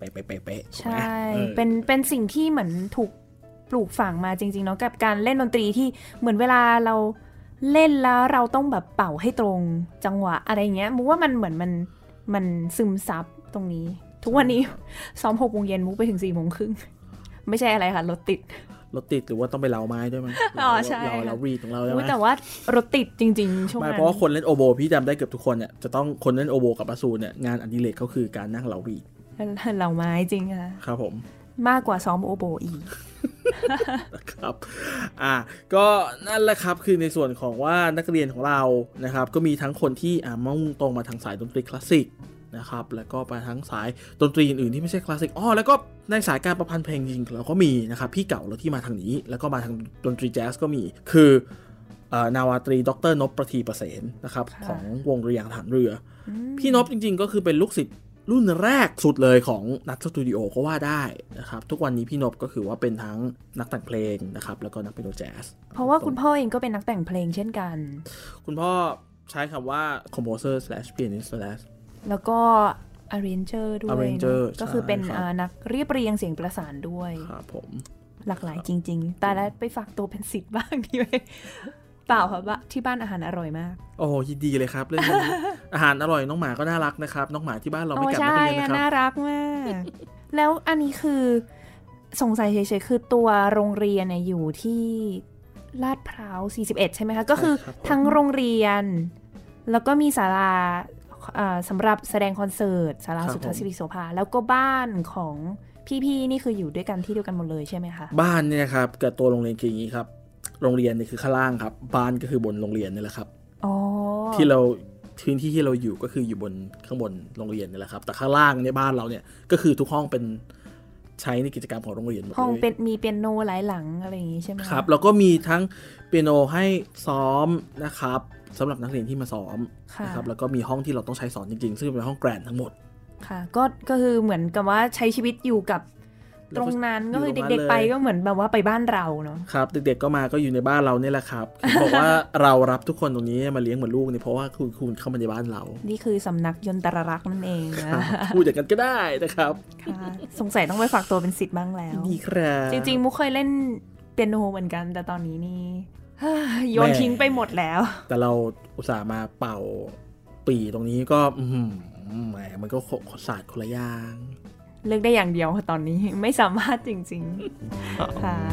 ป๊ะๆๆๆใช่เป็นเป็นสิ่งที่เหมือนถูกปลูกฝังมาจริงๆเนาะกับการเล่นดนตรีที่เหมือนเวลาเราเล่นแล้วเราต้องแบบเป่าให้ตรงจังหวะอะไรเงี้ยมุกว่ามันเหมือนมันมันซึมซับตรงนี้ทุกวันนี้ซ้อมหกโมงเย็นมุกไปถึงสี่โมงครึ่งไม่ใช่อะไรค่ะรถติดรถติดหรือว่าต้องไปเล้าไม้ด้วยมั้ยอ๋อใช่เราเรารีดของเราใช่มั้ยแต่ว่ารถติดจริงๆช่วงนั้นเพราะว่าคนเล่นโอโบพี่จำได้เกือบทุกคนเนี่ยจะต้องคนเล่นโอโบกับบาซูเนี่ยงานอดิเรกเขาคือการนั่งเล้ารีดเล้าไม้จริงค่ะครับผมมากกว่าซ้อมโอโบอีกครับอ่ะก็นั่นแหละครับคือในส่วนของว่านักเรียนของเรานะครับก็มีทั้งคนที่อ่ะมุ่งตรงมาทางสายดนตรีคลาสสิกนะครับแล้วก็ไปทั้งสายดนตรีอื่นๆที่ไม่ใช่คลาสสิกอ้อแล้วก็ในสายการประพันธ์เพลงจริงเราก็มีนะครับพี่เก่าเราที่มาทางนี้แล้วก็มาทางดนตรีแจ๊สก็มีคือเอ่อนาวาตรีดร.นพประทีประเสนนะครับของวงดุริยางค์ทหารเรือพี่นพจริงๆก็คือเป็นลูกศิษย์รุ่นแรกสุดเลยของนัทสตูดิโอก็ว่าได้นะครับทุกวันนี้พี่นพก็คือว่าเป็นทั้งนักแต่งเพลงนะครับแล้วก็นักเปียโนแจ๊สเพราะว่าคุณพ่อเองก็เป็นนักแต่งเพลงเช่นกันคุณพ่อใช้คำว่า composer slash pianist slash แล้วก็ arranger ด้วย arranger ก็คือเป็นนักเรียบเรียงเสียงประสานด้วยครับผมหลากหลายจริงๆแต่แล้วไปฝากตัวเป็นศิษย์บ้างดีไหมเปล่าครับว่าที่บ้านอาหารอร่อยมากโอ้ยินดีเลยครับเรื่องอาหารอร่อยน้องหมาก็น่ารักนะครับน้องหมาที่บ้านเราไม่กัดนักเรียนนะครับน่ารักมากแล้วอันนี้คือสงสัยเฉยๆคือตัวโรงเรียนเนี่ยอยู่ที่ลาดพร้าวสี่สิบเอ็ดใช่ไหมคะก็คือทั้งโรงเรียนแล้วก็มีศาลาสำหรับแสดงคอนเสิร์ตศาลาสุทธศิริโสภาแล้วก็บ้านของพี่ๆนี่คืออยู่ด้วยกันที่เดียวกันหมดเลยใช่ไหมคะบ้านเนี่ยครับกับตัวโรงเรียนคืออย่างนี้ครับโรงเรียนนี่คือข้างล่างครับบ้านก็คือบนโรงเรียนนี่แหละครับอ๋อที่เราพื้นที่ที่เราอยู่ก็คืออยู่บนข้างบนโรงเรียนนี่แหละครับแต่ข้างล่างในบ้านเราเนี่ยก็คือทุกห้องเป็นใช้ในกิจกรรมของโรงเรียนหมดเลยห้องเป็นมีเปียโนหลายหลังอะไรอย่างงี้ใช่ไหมครับแล้วก็มีทั้งเปียโนให้ซ้อมนะครับสำหรับนักเรียนที่มาซ้อมนะครับแล้วก็มีห้องที่เราต้องใช้สอนจริงๆซึ่งเป็นห้องแกรนด์ทั้งหมดค่ะก็ก็คือเหมือนกับว่าใช้ชีวิตอยู่กับตรงนั้นก็คือเด็กๆไปก็เหมือนแบบว่าไปบ้านเราเนาะครับเด็กๆก็มาก็อยู่ในบ้านเราเนี่ยแหละครับบอกว่าเรารับทุกคนตรงนี้มาเลี้ยงเหมือนลูกเนี่ยเพราะว่าคุณคุณเข้ามาในบ้านเรานี่คือสำนักยนตรรักษ์นั่นเองนะพูดอย่างนั้นก็ได้นะครับค่ะสงสัยต้องไปฝากตัวเป็นศิษย์บ้างแล้วดีครับจริงๆมุกเคยเล่นเปียโนเหมือนกันแต่ตอนนี้นี่โยนทิ้งไปหมดแล้วแต่เราอุตส่าห์มาเป่าปีตรงนี้ก็แหมมันก็ศาสตร์คนละอย่างเลือกได้อย่างเดียวตอนนี้ไม่สามารถจริงๆค่ะ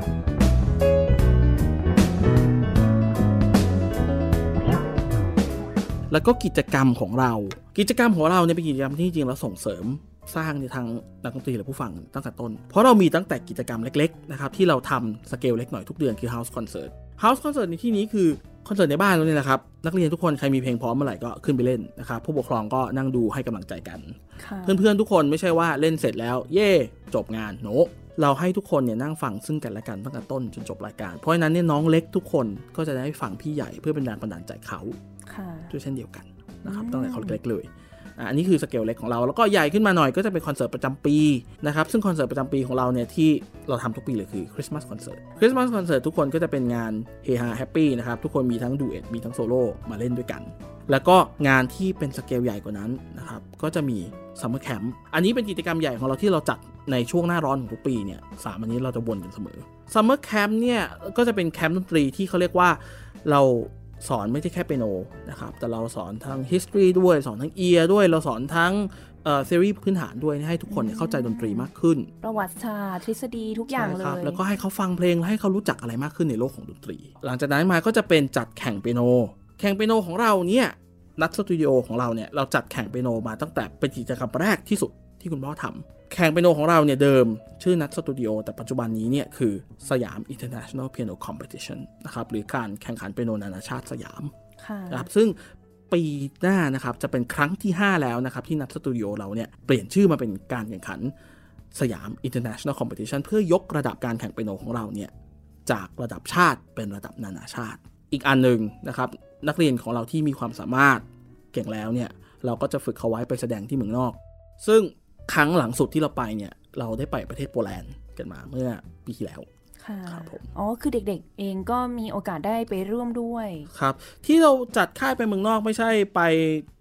แล้วก็กิจกรรมของเรากิจกรรมของเราเนี่ยเป็นกิจกรรมที่จริงๆเราส่งเสริมสร้างในทางนักดนตรีและผู้ฟังตั้งแต่ต้นเพราะเรามีตั้งแต่กิจกรรมเล็กๆนะครับที่เราทำสเกลเล็กหน่อยทุกเดือนคือ House Concert House Concert ในที่นี้คือคอนเสิร์ตในบ้านเราเนี่ยแหละครับนักเรียนทุกคนใครมีเพลงพร้อมเมื่อไหร่ก็ขึ้นไปเล่นนะครับผู้ปกครองก็นั่งดูให้กำลังใจกันเพื่อนๆทุกคนไม่ใช่ว่าเล่นเสร็จแล้วเย่จบงานโนเราให้ทุกคนเนี่ยนั่งฟังซึ่งกันและกันตั้งแต่ต้นจนจบรายการเพราะฉะนั้นเนี่ยน้องเล็กทุกคนก็จะได้ฟังพี่ใหญ่เพื่อเป็นแรงบันดาลใจเขาด้วยเช่นเดียวกันนะครับตั้งแต่เขาเล็กเลยอันนี้คือสเกลเล็กของเราแล้วก็ใหญ่ขึ้นมาหน่อยก็จะเป็นคอนเสิร์ตประจำปีนะครับซึ่งคอนเสิร์ตประจำปีของเราเนี่ยที่เราทำทุกปีเลยคือคริสต์มาสคอนเสิร์ตคริสต์มาสคอนเสิร์ตทุกคนก็จะเป็นงานเฮฮาแฮปปี้นะครับทุกคนมีทั้งดูเอทมีทั้งโซโล่มาเล่นด้วยกันแล้วก็งานที่เป็นสเกลใหญ่กว่านั้นนะครับก็จะมีซัมเมอร์แคมป์อันนี้เป็นกิจกรรมใหญ่ของเราที่เราจัดในช่วงหน้าร้อนของทุกปีเนี่ยสามอันนี้เราจะวนกันเสมอซัมเมอร์แคมป์เนี่ยก็จะเป็นแคมป์ดนตรีที่เขาเรียกว่าเราสอนไม่ใช่แค่เปียโนนะครับแต่เราสอนทั้ง history ด้วยสอนทั้ง ear ด้วยเราสอนทั้งเอ่อ theory พื้นฐานด้วยให้ทุกคนเนี่ยเข้าใจดนตรีมากขึ้นประวัติศาสตร์ทฤษฎีทุกอย่างเลยแล้วก็ให้เขาฟังเพลงและให้เขารู้จักอะไรมากขึ้นในโลกของดนตรีหลังจากนั้นมาก็จะเป็นจัดแข่งเปียโนแข่งเปียโนของเราเนี่ยนัทสตูดิโอของเราเนี่ยเราจัดแข่งเปียโนมาตั้งแต่เป็นกิจกรรมแรกที่สุดที่คุณพ่อทำแข่งเปียโนของเราเนี่ยเดิมชื่อนัทสตูดิโอแต่ปัจจุบันนี้เนี่ยคือสยาม International Piano Competition นะครับหรือการแข่งขันเปียโนนานาชาติสยามนะครับซึ่งปีหน้านะครับจะเป็นครั้งที่ห้าแล้วนะครับที่นัทสตูดิโอเราเนี่ยเปลี่ยนชื่อมาเป็นการแข่งขันสยาม International Competition เพื่อยกระดับการแข่งเปียโนของเราเนี่ยจากระดับชาติเป็นระดับนานาชาติอีกอันนึงนะครับนักเรียนของเราที่มีความสามารถเก่งแล้วเนี่ยเราก็จะฝึกเขาไว้ไปแสดงที่เมืองนอกซึ่งครั้งหลังสุดที่เราไปเนี่ยเราได้ไปประเทศโปแลนด์กันมาเมื่อปีที่แล้วค่ะอ๋อคือเด็กๆเองก็มีโอกาสได้ไปร่วมด้วยครับที่เราจัดค่ายไปเมืองนอกไม่ใช่ไป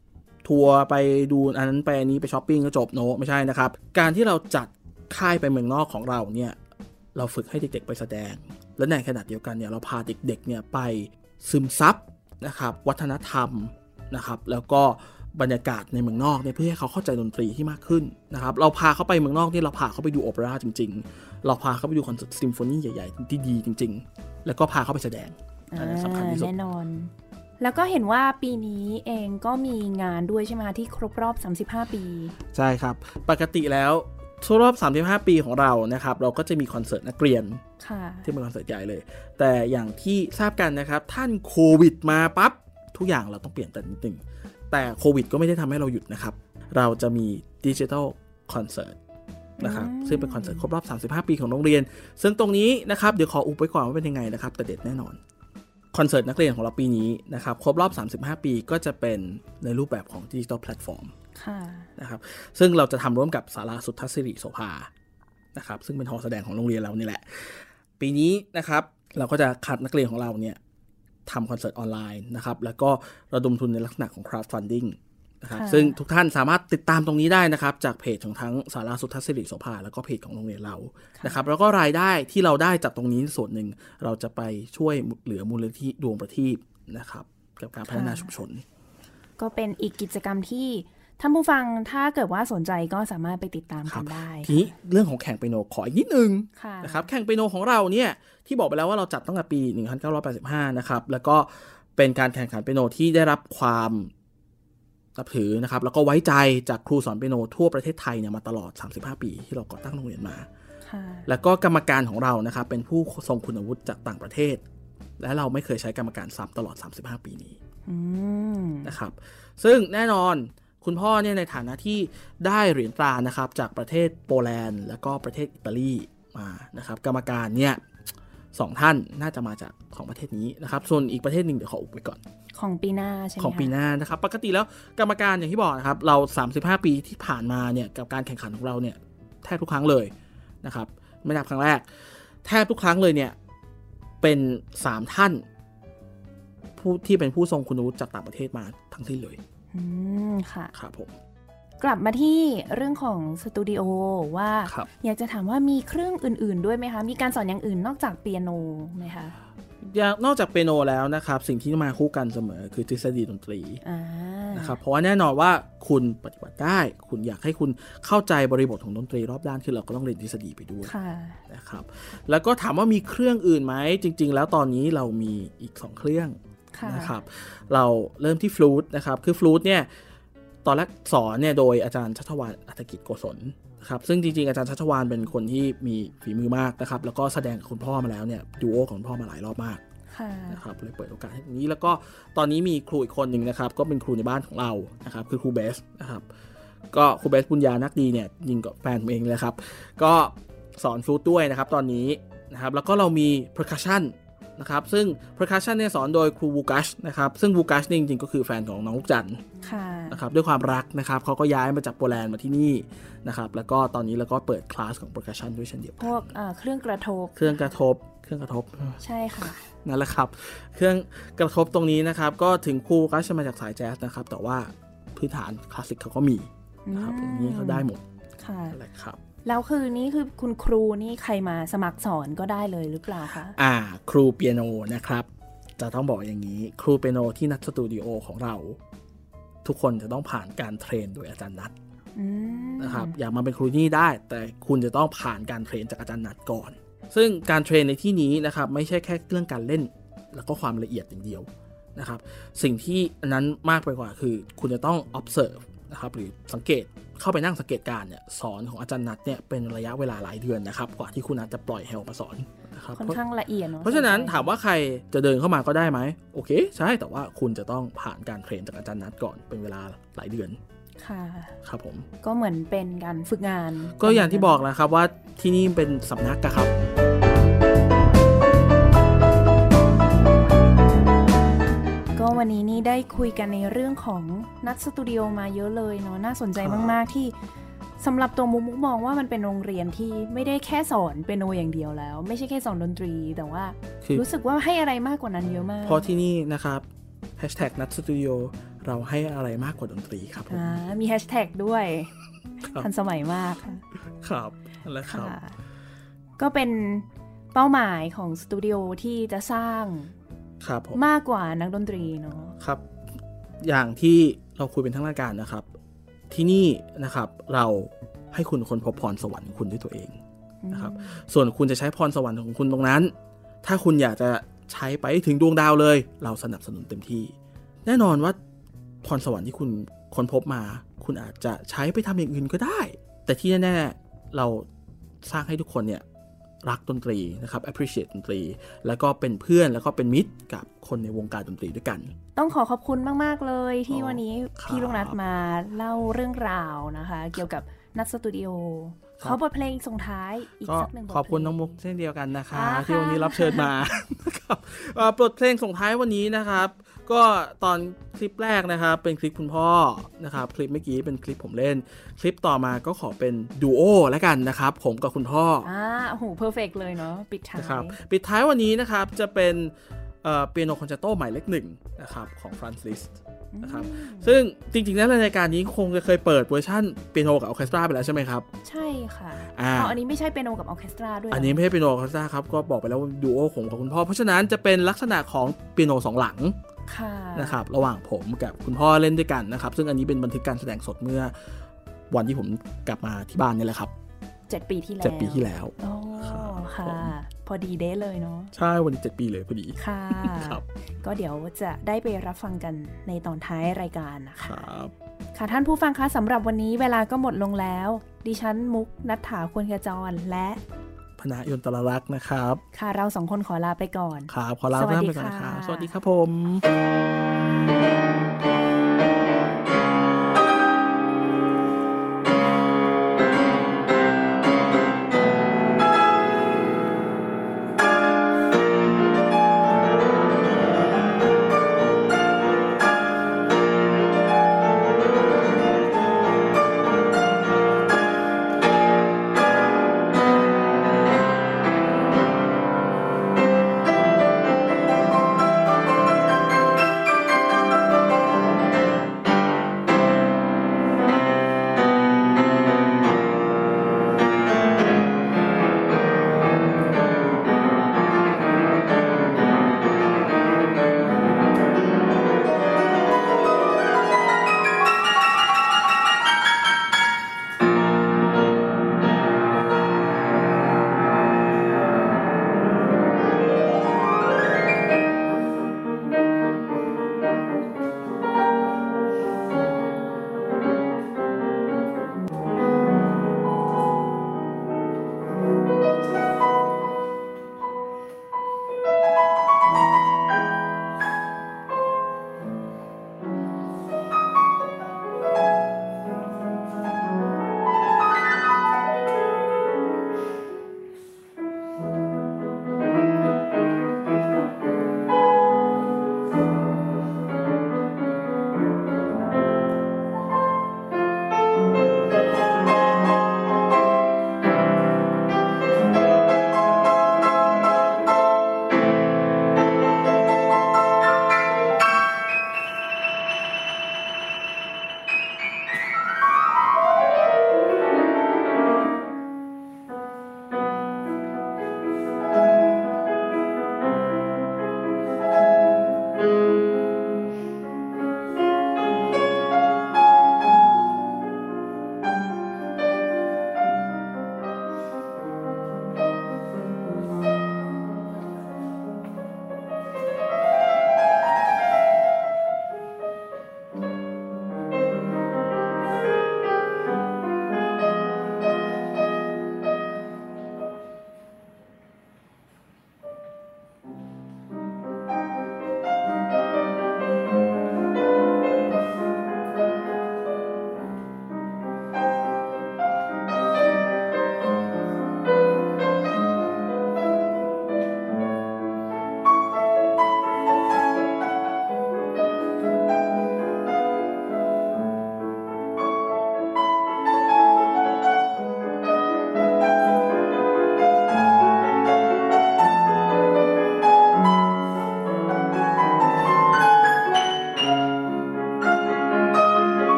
ทัวร์ไปดูอันนั้นไปอันนี้ไปช้อปปิ้งก็จบโนไม่ใช่นะครับการที่เราจัดค่ายไปเมืองนอกของเราเนี่ยเราฝึกให้เด็กๆไปแสดงและในขณะเดียวกันเนี่ยเราพาเด็กๆเนี่ยไปซึมซับนะครับวัฒนธรรมนะครับแล้วก็บรรยากาศในเมืองนอกเนี่ยเพื่อให้เขาเข้าใจดนตรีที่มากขึ้นนะครับเราพาเขาไปเมืองนอกนี่เราพาเขาไปดูโอเปร่าจริงๆเราพาเขาไปดูคอนเสิร์ตซิมโฟนีใหญ่ๆที่ดีจริงๆแล้วก็พาเขาไปแสดงอันนั้นสำคัญที่สุดแน่นอนแล้วก็เห็นว่าปีนี้เองก็มีงานด้วยใช่ไหมที่ครบรอบสามสิบห้าปีใช่ครับปกติแล้วครบรอบสามสิบห้าปีของเรานะครับเราก็จะมีคอนเสิร์ตนักเรียนที่เป็นคอนเสิร์ตใหญ่เลยแต่อย่างที่ทราบกันนะครับท่านโควิดมาปั๊บทุกอย่างเราต้องเปลี่ยนแต่นิดนึงแต่โควิดก็ไม่ได้ทำให้เราหยุดนะครับเราจะมีดิจิทัลคอนเสิร์ตนะครับซึ่งเป็นคอนเสิร์ตครบรอบสามสิบห้าปีของโรงเรียนซึ่งตรงนี้นะครับเดี๋ยวขออุบไว้ก่อนว่าเป็นยังไงนะครับแต่เด็ดแน่นอนคอนเสิร์ตนักเรียนของเราปีนี้นะครับครบรอบสามสิบห้าปีก็จะเป็นในรูปแบบของดิจิทัลแพลตฟอร์มนะครับซึ่งเราจะทำร่วมกับศาลาสุทธศิริโสภานะครับซึ่งเป็นหอแสดงของโรงเรียนเรานี่แหละปีนี้นะครับเราก็จะคัดนักเรียนของเราเนี่ยทำคอนเสิร์ตออนไลน์นะครับแล้วก็ระดมทุนในลักษณะของ crowdfunding นะครับซึ่งทุกท่านสามารถติดตามตรงนี้ได้นะครับจากเพจของทั้งศาลาสุทธศิริโสภาแล้วก็เพจของโรงเรียนเรานะครับแล้วก็รายได้ที่เราได้จากตรงนี้ส่วนหนึ่งเราจะไปช่วยเหลือมูลนิธิดวงประทีปนะครับกับการพัฒนาชุมชนก็เป็นอีกกิจกรรมที่ท่านผู้ฟังถ้าเกิดว่าสนใจก็สามารถไปติดตามกันได้ทีนี้เรื่องของแข่งเปียโนขออีกนิดนึงนะครับแข่งเปียโนของเราเนี่ยที่บอกไปแล้วว่าเราจัดตั้งแต่ปีหนึ่งพันเก้าร้อยแปดสิบห้านะครับแล้วก็เป็นการแข่งขันเปียโนที่ได้รับความนับถือนะครับแล้วก็ไว้ใจจากครูสอนเปียโนทั่วประเทศไทยเนี่ยมาตลอดสามสิบห้าปีที่เราก่อตั้งโรงเรียนมาแล้วก็กรรมการของเรานะครับเป็นผู้ทรงคุณวุฒิจากต่างประเทศและเราไม่เคยใช้กรรมการซ้ำตลอดสามสิบห้าปีนี้นะครับซึ่งแน่นอนคุณพ่อเนี่ยในฐานะที่ได้เหรียญตรานะครับจากประเทศโปแลนด์แล้วก็ประเทศอิตาลีมานะครับกรรมการเนี่ยสองท่านน่าจะมาจากของประเทศนี้นะครับส่วนอีกประเทศหนึ่งเดี๋ยวขออุบไว้ก่อนของปีหน้าใช่ไหมของปีหน้านะครับปกติแล้วกรรมการอย่างที่บอกนะครับเราสามสิบห้าปีที่ผ่านมาเนี่ยกับการแข่งขันของเราเนี่ยแทบทุกครั้งเลยนะครับไม่นับครั้งแรกแทบทุกครั้งเลยเนี่ยเป็นสามท่านผู้ที่เป็นผู้ทรงคุณวุฒิจากต่างประเทศมาทั้งสิ้นเลยอืมค่ะครับผมกลับมาที่เรื่องของสตูดิโอว่าอยากจะถามว่ามีเครื่องอื่นๆด้วยไหมคะมีการสอนอย่างอื่นนอกจากเปียโนไหมคะนอกจากเปียโนแล้วนะครับสิ่งที่มาคู่กันเสมอคือทฤษฎีดนตรีนะครับเพราะว่าแน่นอนว่าคุณปฏิบัติได้คุณอยากให้คุณเข้าใจบริบทของดนตรีรอบด้านคือเราก็ต้องเรียนทฤษฎีไปด้วยนะครับแล้วก็ถามว่ามีเครื่องอื่นไหมจริงๆแล้วตอนนี้เรามีอีกสองเครื่องนะครับเราเริ่มที่ฟลูตนะครับคือฟลูตเนี่ยตอนแรกสอนเนี่ยโดยอาจารย์ชัชวาลอัฐกิจโกศลนะครับซึ่งจริงๆอาจารย์ชัชวาลเป็นคนที่มีฝีมือมากนะครับแล้วก็แสดงกับคุณพ่อมาแล้วเนี่ยดูโอของคุณพ่อมาหลายรอบมากนะครับเลยเปิดโอกาสให้ตรงนี้แล้วก็ตอนนี้มีครูอีกคนหนึ่งนะครับก็เป็นครูในบ้านของเรานะครับคือครูเบสนะครับก็ครูเบสปุญญานักดีเนี่ยยิงกับแฟนผมเองเลยครับก็สอนฟลูตด้วยนะครับตอนนี้นะครับแล้วก็เรามี percussionนะครับซึ่ง percussion เนี่ยสอนโดยครูวูกัชนะครับซึ่งวูกัชจริงๆก็คือแฟนของน้องลูกจันทร์นะครับด้วยความรักนะครับเขาก็ย้ายมาจากโปแลนด์มาที่นี่นะครับแล้วก็ตอนนี้เราก็เปิดคลาสของ percussion ด้วยเช่นเดียวกันพวกเครื่องกระทบเครื่องกระทบเครื่องกระทบใช่ค่ะนั่นแหละครับเครื่องกระทบตรงนี้นะครับก็ถึงครูวูกัชมาจากสายแจ๊สนะครับแต่ว่าพื้นฐานคลาสสิกเขาก็มีนะครับตรงนี้เขาได้หมดค่ะนั่นแหละครับแล้วคือนี่คือคุณครูนี่ใครมาสมัครสอนก็ได้เลยหรือเปล่าคะอ่าครูเปียโนนะครับจะต้องบอกอย่างนี้ครูเปียโนที่นัทสตูดิโอของเราทุกคนจะต้องผ่านการเทรนโดยอาจารย์นัทนะครับอยากมาเป็นครูนี่ได้แต่คุณจะต้องผ่านการเทรนจากอาจารย์นัทก่อนซึ่งการเทรนในที่นี้นะครับไม่ใช่แค่เรื่องการเล่นแล้วก็ความละเอียดอย่างเดียวนะครับสิ่งที่อันนั้นมากไปกว่าคือคุณจะต้อง observe นะครับหรือสังเกตเข้าไปนั่งสังเกตการเนี่ยสอนของอาจารย์นัทเนี่ยเป็นระยะเวลาหลายเดือนนะครับกว่าที่คุณนัทจะปล่อยให้ออกมาสอนนะครับค่อนข้างละเอียดเนาะเพราะฉะนั้นถามว่าใครจะเดินเข้ามาก็ได้ไหมโอเคใช่แต่ว่าคุณจะต้องผ่านการเทรนจากอาจารย์นัทก่อนเป็นเวลาหลายเดือนค่ะครับผมก็เหมือนเป็นการฝึกงานก็อย่างที่บอกแล้วครับว่าที่นี่เป็นสำนักครับก็วันนี้นี่ได้คุยกันในเรื่องของนัทสตูดิโอมาเยอะเลยเนาะน่าสนใจมากๆที่สำหรับตัวมุกมุกมองว่ามันเป็นโรงเรียนที่ไม่ได้แค่สอนเปียโนอย่างเดียวแล้วไม่ใช่แค่สอนดนตรีแต่ว่ารู้สึกว่าให้อะไรมากกว่านั้นเยอะมากเพราะที่นี่นะครับแฮชแท็กนัทสตูดิโอเราให้อะไรมากกว่าดนตรีครับผมมีแฮชแท็กด้วยทันสมัยมากค่ะครับนั่นแหละครับก็เป็นเป้าหมายของสตูดิโอที่จะสร้างมากกว่านักดนตรีเนาะครับอย่างที่เราคุยเป็นทั้งรายการนะครับที่นี่นะครับเราให้คุณค้นพบพรสวรรค์ของคุณด้วยตัวเองนะครับส่วนคุณจะใช้พรสวรรค์ของคุณตรงนั้นถ้าคุณอยากจะใช้ไปถึงดวงดาวเลยเราสนับสนุนเต็มที่แน่นอนว่าพรสวรรค์ที่คุณค้นพบมาคุณอาจจะใช้ไปทำอย่างอื่นก็ได้แต่ที่แน่ๆเราสร้างให้ทุกคนเนี่ยรักดนตรีนะครับ appreciate ดนตรีแล้วก็เป็นเพื่อนแล้วก็เป็นมิตรกับคนในวงการดนตรีด้วยกันต้องขอขอบคุณมากๆเลยที่วันนี้พี่ลูกนัทมาเล่าเรื่องราวนะคะเกี่ยวกับนัทสตูดิโอขอบทเพลงส่งท้ายอีกสักหนึ่งบทเพลงขอบคุณน้องมุกเช่นเดียวกันนะคะที่วันนี้รับเชิญมาครับบทเพลงส่งท้ายวันนี้นะครับก็ตอนคลิปแรกนะครับเป็นคลิปคุณพ่อนะครับคลิปเมื่อกี้เป็นคลิปผมเล่นคลิปต่อมาก็ขอเป็นดูโอแล้วกันนะครับผมกับคุณพ่ออ่าโอ้โหเพอร์เฟกต์เลยเนาะปิดท้ายนะครับปิดท้ายวันนี้นะครับจะเป็นเอ่อเปียโนคอนแชร์โตหมายเลขหนึ่งนะครับของฟรานซ์ลิสต์นะครับซึ่งจริงๆแล้วในรายการนี้คงจะเคยเปิดเวอร์ชันเปียโนกับออร์เคสตราไปแล้วใช่ไหมครับใช่ค่ะอ๋ออันนี้ไม่ใช่เปียโนกับออร์เคสตราด้วยอันนี้ไม่ใช่เปียโนออร์เคสตราครับก็บอกไปแล้วว่าดูโอของคุณพ่อเพราะฉะนั้นจะเป็นลักษณะของเปียโนสองหลังนะครับระหว่างผมกับคุณพ่อเล่นด้วยกันนะครับซึ่งอันนี้เป็นบันทึกการแสดงสดเมื่อวันที่ผมกลับมาที่บ้านนี่แหละครับเจ็ดปีที่แล้วเจ็ดปีที่แล้วอ๋อค่ะพอดีเด้เลยเนาะใช่วันนี้เจ็ดปีเลยพอดีค่ะครับก็เดี๋ยวจะได้ไปรับฟังกันในตอนท้ายรายการนะคะครับค่ะท่านผู้ฟังคะสำหรับวันนี้เวลาก็หมดลงแล้วดิฉันมุกณัฐฐาควรขจรและพนายนตรลักษณ์นะครับค่ะเราสองคนขอลาไปก่อนครับขอลาไปก่อนนะครับสวัสดีครับผม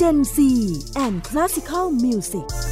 Gen Z and Classical Music